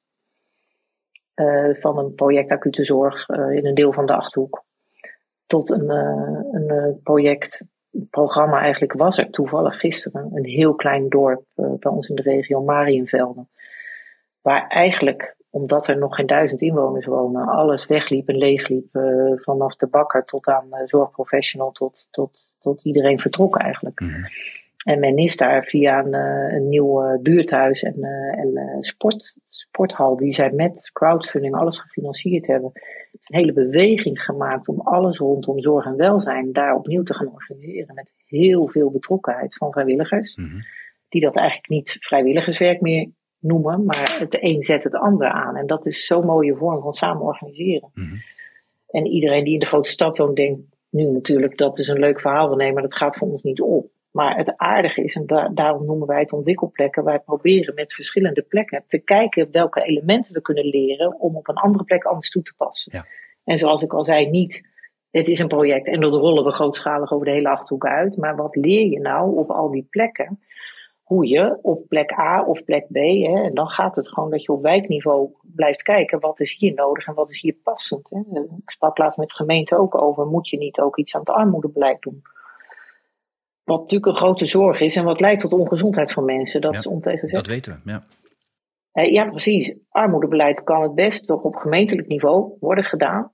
Uh, van een project acute zorg uh, in een deel van de Achterhoek. Tot een, uh, een uh, project, een programma eigenlijk was er toevallig gisteren. Een heel klein dorp uh, bij ons in de regio, Mariënvelde. Waar eigenlijk, omdat er nog geen duizend inwoners wonen, alles wegliep en leegliep. Uh, vanaf de bakker tot aan uh, zorgprofessional tot, tot, tot iedereen vertrok eigenlijk. Mm-hmm. En men is daar via een, uh, een nieuw uh, buurthuis en, uh, en uh, sport, sporthal, die zij met crowdfunding alles gefinancierd hebben, een hele beweging gemaakt om alles rondom zorg en welzijn daar opnieuw te gaan organiseren. Met heel veel betrokkenheid van vrijwilligers. Mm-hmm. Die dat eigenlijk niet vrijwilligerswerk meer noemen, maar het een zet het ander aan. En dat is zo'n mooie vorm van samen organiseren. Mm-hmm. En iedereen die in de grote stad woont denkt nu natuurlijk dat is een leuk verhaal, nee, maar dat gaat voor ons niet op. Maar het aardige is, en da- daarom noemen wij het ontwikkelplekken, wij proberen met verschillende plekken te kijken welke elementen we kunnen leren om op een andere plek anders toe te passen. Ja. En zoals ik al zei, niet, het is een project en dat rollen we grootschalig over de hele Achterhoek uit, maar wat leer je nou op al die plekken? Hoe je op plek A of plek B, hè, en dan gaat het gewoon dat je op wijkniveau blijft kijken, wat is hier nodig en wat is hier passend. Hè. Ik sprak laatst met de gemeente ook over, moet je niet ook iets aan het armoedebeleid doen? Wat natuurlijk een grote zorg is en wat leidt tot ongezondheid van mensen, dat ja, is ontegenzeggelijk. Dat weten we, ja. Uh, ja, precies. Armoedebeleid kan het best toch op gemeentelijk niveau worden gedaan.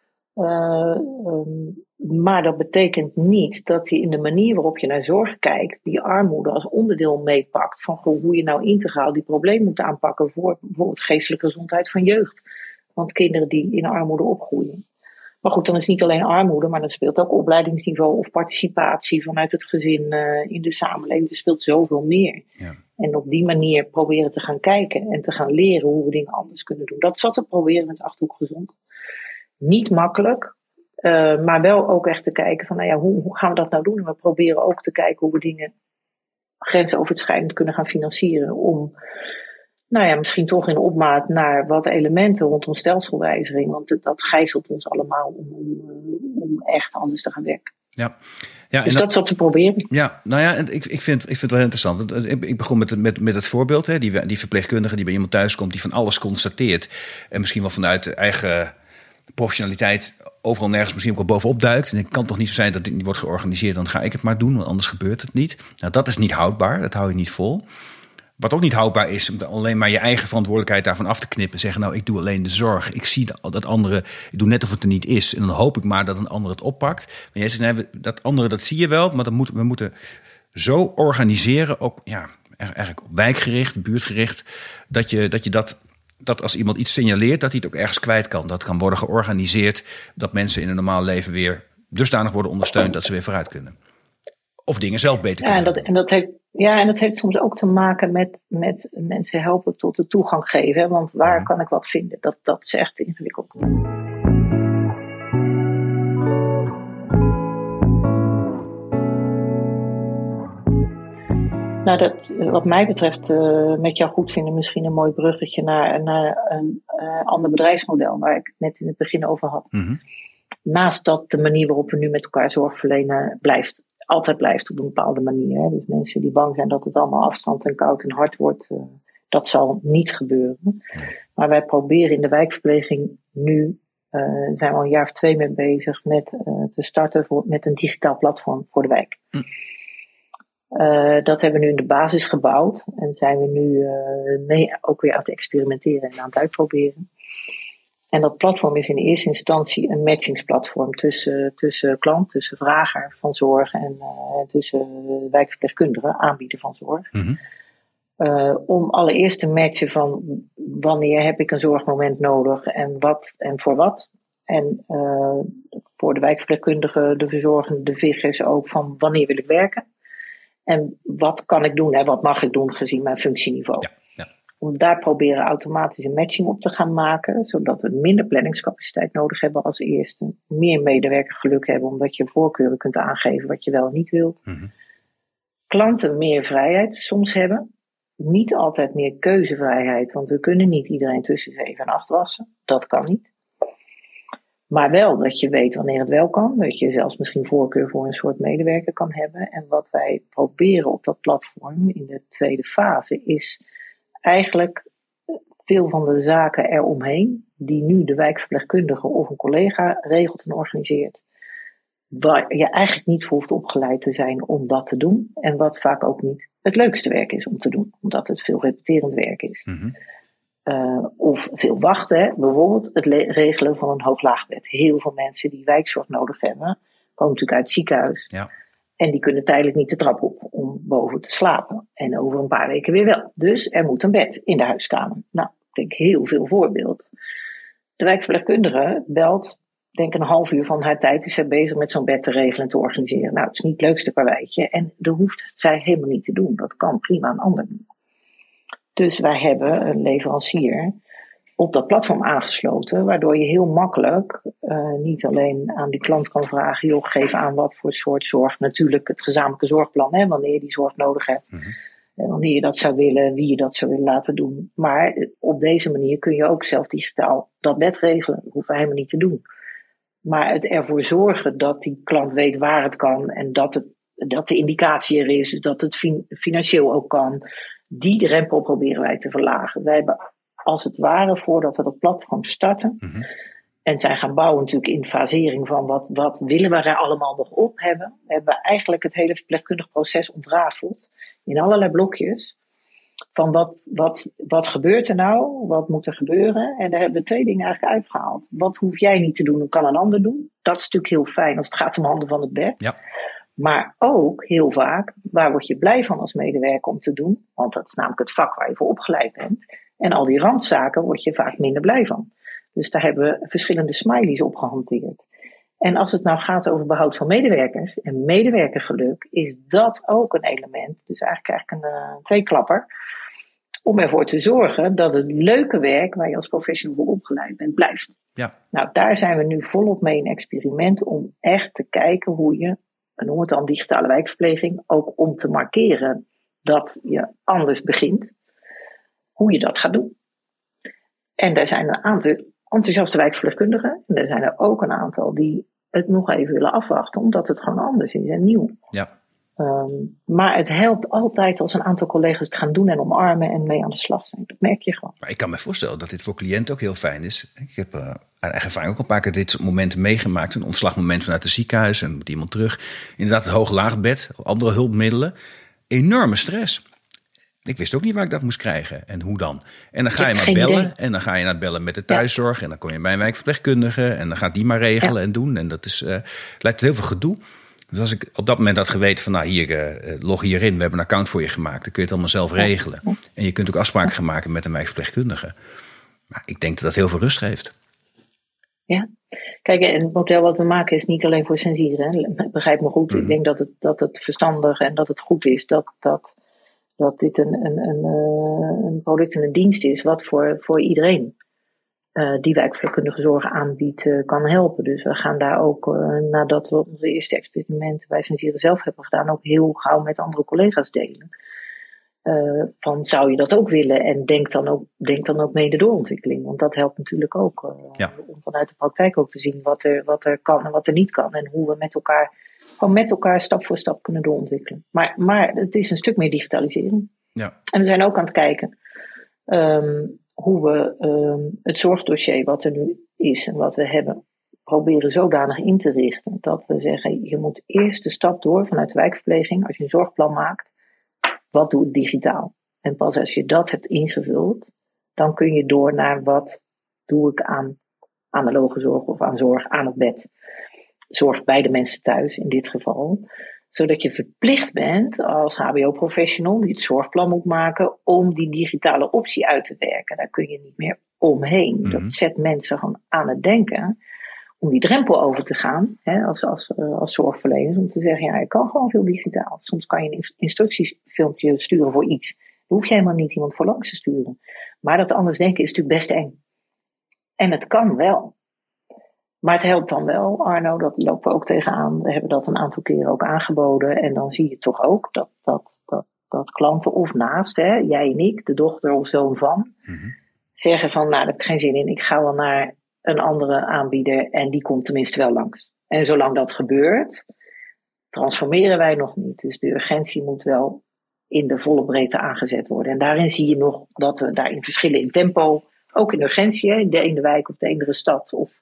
Uh, um, maar dat betekent niet dat je in de manier waarop je naar zorg kijkt, die armoede als onderdeel meepakt van hoe je nou integraal die probleem moet aanpakken voor bijvoorbeeld geestelijke gezondheid van jeugd. Want kinderen die in armoede opgroeien. Maar goed, dan is het niet alleen armoede, maar dan speelt ook opleidingsniveau of participatie vanuit het gezin uh, in de samenleving. Er speelt zoveel meer. Ja. En op die manier proberen te gaan kijken en te gaan leren hoe we dingen anders kunnen doen. Dat is wat we proberen met Achterhoek Gezond. Niet makkelijk, uh, maar wel ook echt te kijken van, nou ja, hoe, hoe gaan we dat nou doen? En we proberen ook te kijken hoe we dingen grensoverschrijdend kunnen gaan financieren om, nou ja, misschien toch in opmaat naar wat elementen rondom stelselwijziging. Want dat gijzelt ons allemaal om, om, om echt anders te gaan werken. Ja. Ja, dus en dat is wat we proberen. Ja, nou ja, ik, ik, vind, ik vind het wel interessant. Ik begon met, met, met het voorbeeld, hè, die, die verpleegkundige die bij iemand thuis komt, die van alles constateert. En misschien wel vanuit eigen professionaliteit overal nergens misschien ook wel bovenop duikt. En het kan toch niet zo zijn dat dit niet wordt georganiseerd, dan ga ik het maar doen, want anders gebeurt het niet. Nou, dat is niet houdbaar, dat hou je niet vol. Wat ook niet houdbaar is, om alleen maar je eigen verantwoordelijkheid daarvan af te knippen. En zeggen, nou, ik doe alleen de zorg. Ik zie dat andere, ik doe net of het er niet is. En dan hoop ik maar dat een ander het oppakt. Maar jij zegt, nee, dat andere, dat zie je wel. Maar dat moet, we moeten zo organiseren, ook ja, eigenlijk wijkgericht, buurtgericht, dat je dat, je dat, dat als iemand iets signaleert, dat hij het ook ergens kwijt kan. Dat kan worden georganiseerd, dat mensen in een normaal leven weer dusdanig worden ondersteund dat ze weer vooruit kunnen. Of dingen zelf beter kunnen ja, en dat, en dat heeft, ja, en dat heeft soms ook te maken met, met mensen helpen tot de toegang geven. Hè? Want waar mm. kan ik wat vinden? Dat, dat is echt ingewikkeld. Nou, dat, wat mij betreft, uh, met jou goed vinden, misschien een mooi bruggetje naar, naar een uh, ander bedrijfsmodel waar ik het net in het begin over had. Mm-hmm. Naast dat de manier waarop we nu met elkaar zorg verlenen blijft, altijd blijft op een bepaalde manier. Hè. Dus mensen die bang zijn dat het allemaal afstand en koud en hard wordt, uh, dat zal niet gebeuren. Mm. Maar wij proberen in de wijkverpleging nu, uh, zijn we al een jaar of twee mee bezig met uh, te starten voor, met een digitaal platform voor de wijk. Mm. Uh, dat hebben we nu in de basis gebouwd en zijn we nu uh, mee ook weer aan het experimenteren en aan het uitproberen. En dat platform is in eerste instantie een matchingsplatform tussen, tussen klant, tussen vrager van zorg en uh, tussen wijkverpleegkundigen, aanbieder van zorg. Mm-hmm. Uh, om allereerst te matchen van wanneer heb ik een zorgmoment nodig en wat en voor wat. En uh, voor de wijkverpleegkundigen, de verzorgenden, de vigers ook van wanneer wil ik werken. En wat kan ik doen en wat mag ik doen gezien mijn functieniveau. Ja, ja. Om daar proberen automatisch een matching op te gaan maken. Zodat we minder planningscapaciteit nodig hebben als eerste. Meer medewerkergeluk hebben omdat je voorkeuren kunt aangeven wat je wel en niet wilt. Mm-hmm. Klanten meer vrijheid soms hebben. Niet altijd meer keuzevrijheid. Want we kunnen niet iedereen tussen zeven en acht wassen. Dat kan niet. Maar wel dat je weet wanneer het wel kan. Dat je zelfs misschien voorkeur voor een soort medewerker kan hebben. En wat wij proberen op dat platform in de tweede fase is eigenlijk veel van de zaken eromheen. Die nu de wijkverpleegkundige of een collega regelt en organiseert. Waar je eigenlijk niet voor hoeft opgeleid te zijn om dat te doen. En wat vaak ook niet het leukste werk is om te doen. Omdat het veel repeterend werk is. Mm-hmm. Uh, of veel wachten, hè. Bijvoorbeeld het le- regelen van een hoog-laagbed. Heel veel mensen die wijkzorg nodig hebben, komen natuurlijk uit het ziekenhuis. Ja. En die kunnen tijdelijk niet de trap op om boven te slapen. En over een paar weken weer wel. Dus er moet een bed in de huiskamer. Nou, ik denk heel veel voorbeeld. De wijkverpleegkundige belt, denk een half uur van haar tijd is zij bezig met zo'n bed te regelen en te organiseren. Nou, het is niet het leukste karweitje. En dat hoeft zij helemaal niet te doen. Dat kan prima een ander doen. Dus wij hebben een leverancier op dat platform aangesloten, waardoor je heel makkelijk uh, niet alleen aan die klant kan vragen, joh, geef aan wat voor soort zorg, natuurlijk het gezamenlijke zorgplan, hè, wanneer je die zorg nodig hebt, mm-hmm. en wanneer je dat zou willen, wie je dat zou willen laten doen. Maar op deze manier kun je ook zelf digitaal dat bed regelen. Dat hoeven we helemaal niet te doen. Maar het ervoor zorgen dat die klant weet waar het kan en dat, het, dat de indicatie er is, dat het fin- financieel ook kan. Die drempel proberen wij te verlagen. Wij hebben als het ware, voordat we dat platform starten, mm-hmm. en zijn gaan bouwen natuurlijk in fasering van wat, wat willen we er allemaal nog op hebben, hebben we eigenlijk het hele verpleegkundig proces ontrafeld in allerlei blokjes. Van wat, wat, wat gebeurt er nou? Wat moet er gebeuren? En daar hebben we twee dingen eigenlijk uitgehaald. Wat hoef jij niet te doen, dan kan een ander doen. Dat is natuurlijk heel fijn als het gaat om handen van het bed. Ja. Maar ook heel vaak, waar word je blij van als medewerker om te doen? Want dat is namelijk het vak waar je voor opgeleid bent. En al die randzaken word je vaak minder blij van. Dus daar hebben we verschillende smileys op gehanteerd. En als het nou gaat over behoud van medewerkers en medewerkergeluk, is dat ook een element. Dus eigenlijk, eigenlijk een uh, tweeklapper. Om ervoor te zorgen dat het leuke werk waar je als professional voor opgeleid bent, blijft. Ja. Nou, daar zijn we nu volop mee in experiment om echt te kijken hoe je, we noemen het dan digitale wijkverpleging, ook om te markeren dat je anders begint, hoe je dat gaat doen. En daar zijn een aantal enthousiaste wijkverpleegkundigen. En er zijn er ook een aantal die het nog even willen afwachten, omdat het gewoon anders is en nieuw. Ja. Um, maar het helpt altijd als een aantal collega's het gaan doen en omarmen en mee aan de slag zijn. Dat merk je gewoon. Maar ik kan me voorstellen dat dit voor cliënten ook heel fijn is. Ik heb uh, uit eigen ervaring ook een paar keer dit soort momenten meegemaakt. Een ontslagmoment vanuit het ziekenhuis en moet iemand terug. Inderdaad het hoog-laagbed, andere hulpmiddelen. Enorme stress. Ik wist ook niet waar ik dat moest krijgen en hoe dan. En dan ga je maar bellen idee. En dan ga je naar het bellen met de thuiszorg. Ja. En dan kom je bij een wijkverpleegkundige en dan gaat die maar regelen ja. en doen. En dat is, uh, het lijkt heel veel gedoe. Dus als ik op dat moment had geweten van nou hier, uh, log hierin, we hebben een account voor je gemaakt. Dan kun je het allemaal zelf regelen. Ja. En je kunt ook afspraken gaan maken met een wijkverpleegkundige. Maar ik denk dat dat heel veel rust geeft. Ja, kijk, en het model wat we maken is niet alleen voor censieren. Begrijp me goed. Mm. Ik denk dat het, dat het verstandig en dat het goed is dat, dat, dat dit een, een, een, een product en een dienst is wat voor, voor iedereen Uh, die wijkverpleegkundige zorg aanbiedt, uh, kan helpen. Dus we gaan daar ook, uh, nadat we onze eerste experimenten bij Censieren zelf hebben gedaan, ook heel gauw met andere collega's delen. Uh, van zou je dat ook willen? En denk dan ook, denk dan ook mee de doorontwikkeling. Want dat helpt natuurlijk ook. Uh, ja. Om vanuit de praktijk ook te zien wat er, wat er kan en wat er niet kan. En hoe we met elkaar, gewoon met elkaar stap voor stap kunnen doorontwikkelen. Maar, maar het is een stuk meer digitalisering. Ja. En we zijn ook aan het kijken um, hoe we um, het zorgdossier wat er nu is en wat we hebben, proberen zodanig in te richten. Dat we zeggen, je moet eerst de stap door vanuit de wijkverpleging. Als je een zorgplan maakt, wat doe ik digitaal? En pas als je dat hebt ingevuld, dan kun je door naar wat doe ik aan analoge zorg of aan zorg aan het bed. Zorg bij de mensen thuis in dit geval. Zodat je verplicht bent als H B O-professional die het zorgplan moet maken om die digitale optie uit te werken. Daar kun je niet meer omheen. Mm-hmm. Dat zet mensen gewoon aan het denken om die drempel over te gaan, hè, als, als, uh, als zorgverleners, om te zeggen, ja, je kan gewoon veel digitaal. Soms kan je een instructiefilmpje sturen voor iets. Daar hoef je helemaal niet iemand voor langs te sturen. Maar dat anders denken is natuurlijk best eng. En het kan wel. Maar het helpt dan wel, Arno, dat lopen we ook tegenaan. We hebben dat een aantal keren ook aangeboden. En dan zie je toch ook dat, dat, dat, dat klanten of naast, hè, jij en ik, de dochter of zoon van, mm-hmm. zeggen van, nou, daar heb ik geen zin in. Ik ga wel naar een andere aanbieder en die komt tenminste wel langs. En zolang dat gebeurt, transformeren wij nog niet. Dus de urgentie moet wel in de volle breedte aangezet worden. En daarin zie je nog dat we daarin verschillen in tempo, ook in urgentie, hè, de ene wijk of de ene stad, of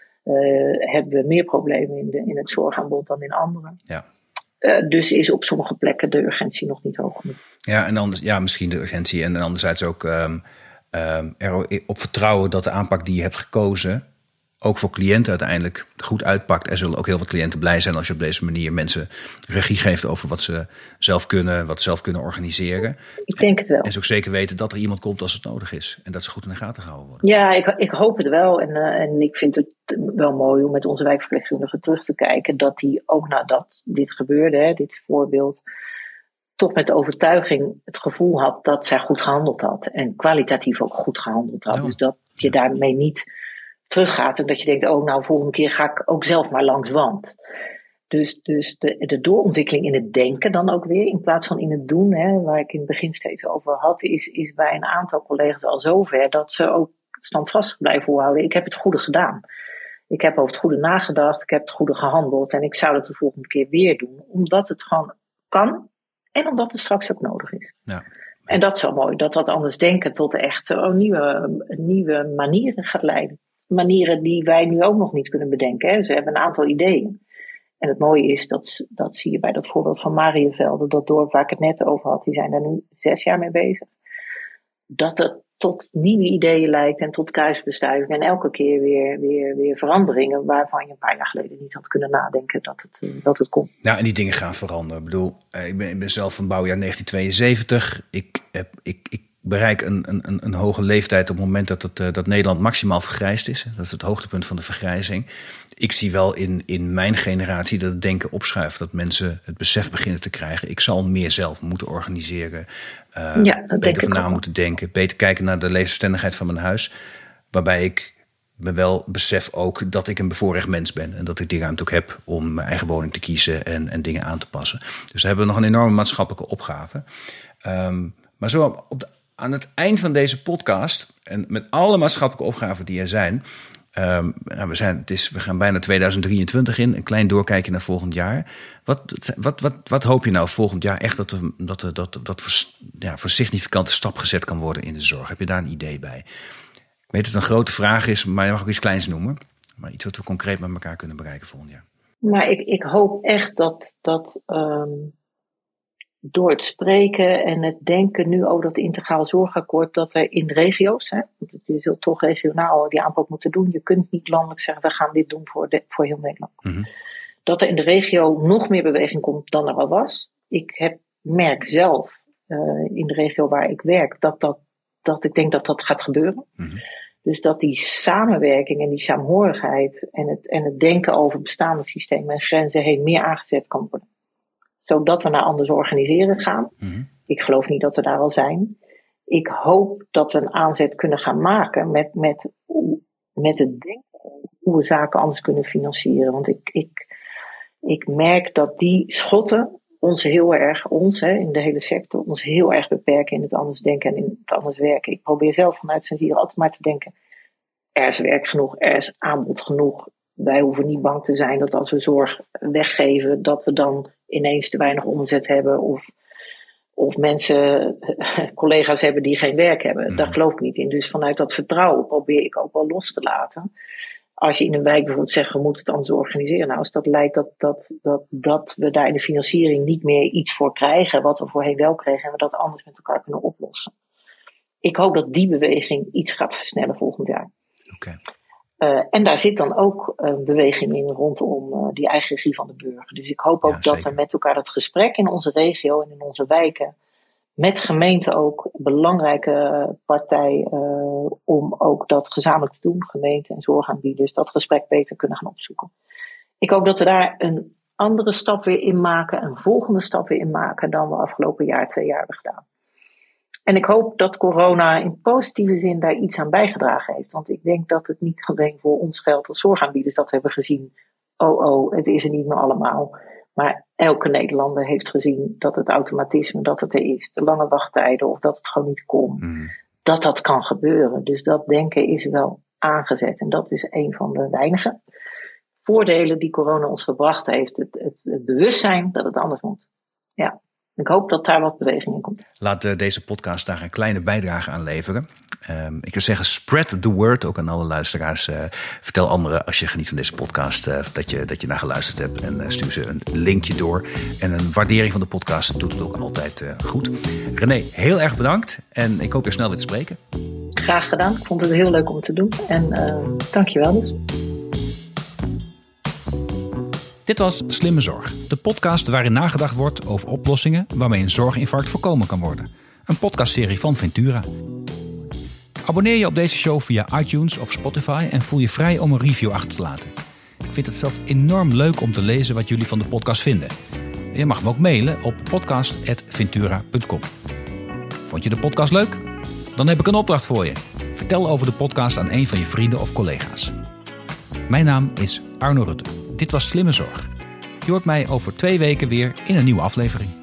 uh, hebben we meer problemen in, de, in het zorgaanbod dan in andere. Ja. Uh, dus is op sommige plekken de urgentie nog niet hoog genoeg. Ja, en anders, ja, misschien de urgentie en anderzijds ook Um... Um, erop vertrouwen dat de aanpak die je hebt gekozen ook voor cliënten uiteindelijk goed uitpakt. Er zullen ook heel veel cliënten blij zijn als je op deze manier mensen regie geeft over wat ze zelf kunnen, wat ze zelf kunnen organiseren. Ik denk het wel. En, en ze ook zeker weten dat er iemand komt als het nodig is. En dat ze goed in de gaten gehouden worden. Ja, ik, ik hoop het wel. En, uh, en ik vind het wel mooi om met onze wijkverpleegkundigen terug te kijken dat die ook nadat dit gebeurde, hè, dit voorbeeld, toch met de overtuiging het gevoel had dat zij goed gehandeld had. En kwalitatief ook goed gehandeld had. Ja. Dus dat je daarmee niet teruggaat. En dat je denkt, oh nou, volgende keer ga ik ook zelf maar langs wand. Dus, dus de, de doorontwikkeling in het denken dan ook weer, in plaats van in het doen, hè, waar ik in het begin steeds over had, is, is bij een aantal collega's al zover dat ze ook standvastig blijven volhouden. Ik heb het goede gedaan. Ik heb over het goede nagedacht. Ik heb het goede gehandeld. En ik zou het de volgende keer weer doen. Omdat het gewoon kan. En omdat het straks ook nodig is. Ja. En dat is wel mooi, dat dat anders denken tot echt oh, nieuwe, nieuwe manieren gaat leiden. Manieren die wij nu ook nog niet kunnen bedenken. Hè. Ze hebben een aantal ideeën. En het mooie is, dat, dat zie je bij dat voorbeeld van Mariënvelde, dat dorp waar ik het net over had, die zijn daar nu zes jaar mee bezig. Dat het tot nieuwe ideeën leidt en tot kruisbestuiving en elke keer weer, weer, weer veranderingen waarvan je een paar jaar geleden niet had kunnen nadenken dat het, dat het kon. Nou, en die dingen gaan veranderen. Ik bedoel, ik ben, ik ben zelf van bouwjaar negentien tweeënzeventig. Ik, heb, ik, ik bereik een, een, een hoge leeftijd op het moment dat, het, dat Nederland maximaal vergrijsd is. Dat is het hoogtepunt van de vergrijzing. Ik zie wel in, in mijn generatie dat het denken opschuift. Dat mensen het besef beginnen te krijgen. Ik zal meer zelf moeten organiseren. Uh, ja, beter van na moeten denken. Beter kijken naar de levensbestendigheid van mijn huis. Waarbij ik me wel besef ook dat ik een bevoorrecht mens ben. En dat ik die ruimte ook heb om mijn eigen woning te kiezen en, en dingen aan te passen. Dus we hebben nog een enorme maatschappelijke opgave. Um, maar zo op de, aan het eind van deze podcast, en met alle maatschappelijke opgaven die er zijn, Um, nou, we, zijn, het is, we gaan bijna tweeduizend drieëntwintig in. Een klein doorkijkje naar volgend jaar. Wat, wat, wat, wat hoop je nou volgend jaar echt dat er dat, dat, dat voor, ja, voor significante stap gezet kan worden in de zorg? Heb je daar een idee bij? Ik weet dat het een grote vraag is, maar je mag ook iets kleins noemen. Maar iets wat we concreet met elkaar kunnen bereiken volgend jaar. Maar ik, ik hoop echt dat, dat um, door het spreken en het denken nu over dat integraal zorgakkoord, dat er in regio's, hè, want je zult toch regionaal die aanpak moeten doen. Je kunt niet landelijk zeggen, we gaan dit doen voor, de, voor heel Nederland. Mm-hmm. Dat er in de regio nog meer beweging komt dan er al was. Ik heb, merk zelf uh, in de regio waar ik werk, dat, dat, dat ik denk dat dat gaat gebeuren. Mm-hmm. Dus dat die samenwerking en die saamhorigheid en het, en het denken over bestaande systemen en grenzen heen meer aangezet kan worden. Zodat we naar anders organiseren gaan. Mm-hmm. Ik geloof niet dat we daar al zijn. Ik hoop dat we een aanzet kunnen gaan maken met, met, met het denken hoe we zaken anders kunnen financieren. Want ik, ik, ik merk dat die schotten ons heel erg, ons hè, in de hele sector, ons heel erg beperken in het anders denken en in het anders werken. Ik probeer zelf vanuit Sensier altijd maar te denken, er is werk genoeg, er is aanbod genoeg. Wij hoeven niet bang te zijn dat als we zorg weggeven, dat we dan ineens te weinig omzet hebben of, of mensen, collega's hebben die geen werk hebben. Mm. Daar geloof ik niet in. Dus vanuit dat vertrouwen probeer ik ook wel los te laten. Als je in een wijk bijvoorbeeld zegt, we moeten het anders organiseren. Nou, als dat lijkt dat, dat, dat, dat we daar in de financiering niet meer iets voor krijgen, wat we voorheen wel kregen, en we dat anders met elkaar kunnen oplossen. Ik hoop dat die beweging iets gaat versnellen volgend jaar. Okay. Uh, en daar zit dan ook een beweging in rondom uh, die eigen regie van de burger. Dus ik hoop ook ja, dat we met elkaar dat gesprek in onze regio en in onze wijken, met gemeenten ook, een belangrijke partij uh, om ook dat gezamenlijk te doen, gemeenten en zorgaanbieders, dat gesprek beter kunnen gaan opzoeken. Ik hoop dat we daar een andere stap weer in maken, een volgende stap weer in maken dan we afgelopen jaar, twee jaar hebben gedaan. En ik hoop dat corona in positieve zin daar iets aan bijgedragen heeft. Want ik denk dat het niet alleen voor ons geldt als zorgaanbieders dat we hebben gezien, oh oh, het is er niet meer allemaal. Maar elke Nederlander heeft gezien dat het automatisme, dat het er is, de lange wachttijden of dat het gewoon niet kon, mm. dat dat kan gebeuren. Dus dat denken is wel aangezet. En dat is een van de weinige voordelen die corona ons gebracht heeft. Het, het, het bewustzijn dat het anders moet. Ja. Ik hoop dat daar wat beweging in komt. Laat uh, deze podcast daar een kleine bijdrage aan leveren. Um, ik zou zeggen, spread the word, ook aan alle luisteraars. Uh, vertel anderen als je geniet van deze podcast uh, dat, je, dat je naar geluisterd hebt. En uh, stuur ze een linkje door. En een waardering van de podcast doet het ook altijd uh, goed. René, heel erg bedankt. En ik hoop je snel weer te spreken. Graag gedaan. Ik vond het heel leuk om het te doen. En uh, dank je wel dus. Dit was Slimme Zorg, de podcast waarin nagedacht wordt over oplossingen waarmee een zorginfarct voorkomen kan worden. Een podcastserie van Ventura. Abonneer je op deze show via iTunes of Spotify en voel je vrij om een review achter te laten. Ik vind het zelf enorm leuk om te lezen wat jullie van de podcast vinden. Je mag me ook mailen op podcast apenstaartje ventura punt com. Vond je de podcast leuk? Dan heb ik een opdracht voor je. Vertel over de podcast aan een van je vrienden of collega's. Mijn naam is Arno Rutte. Dit was Slimme Zorg. Je hoort mij over twee weken weer in een nieuwe aflevering.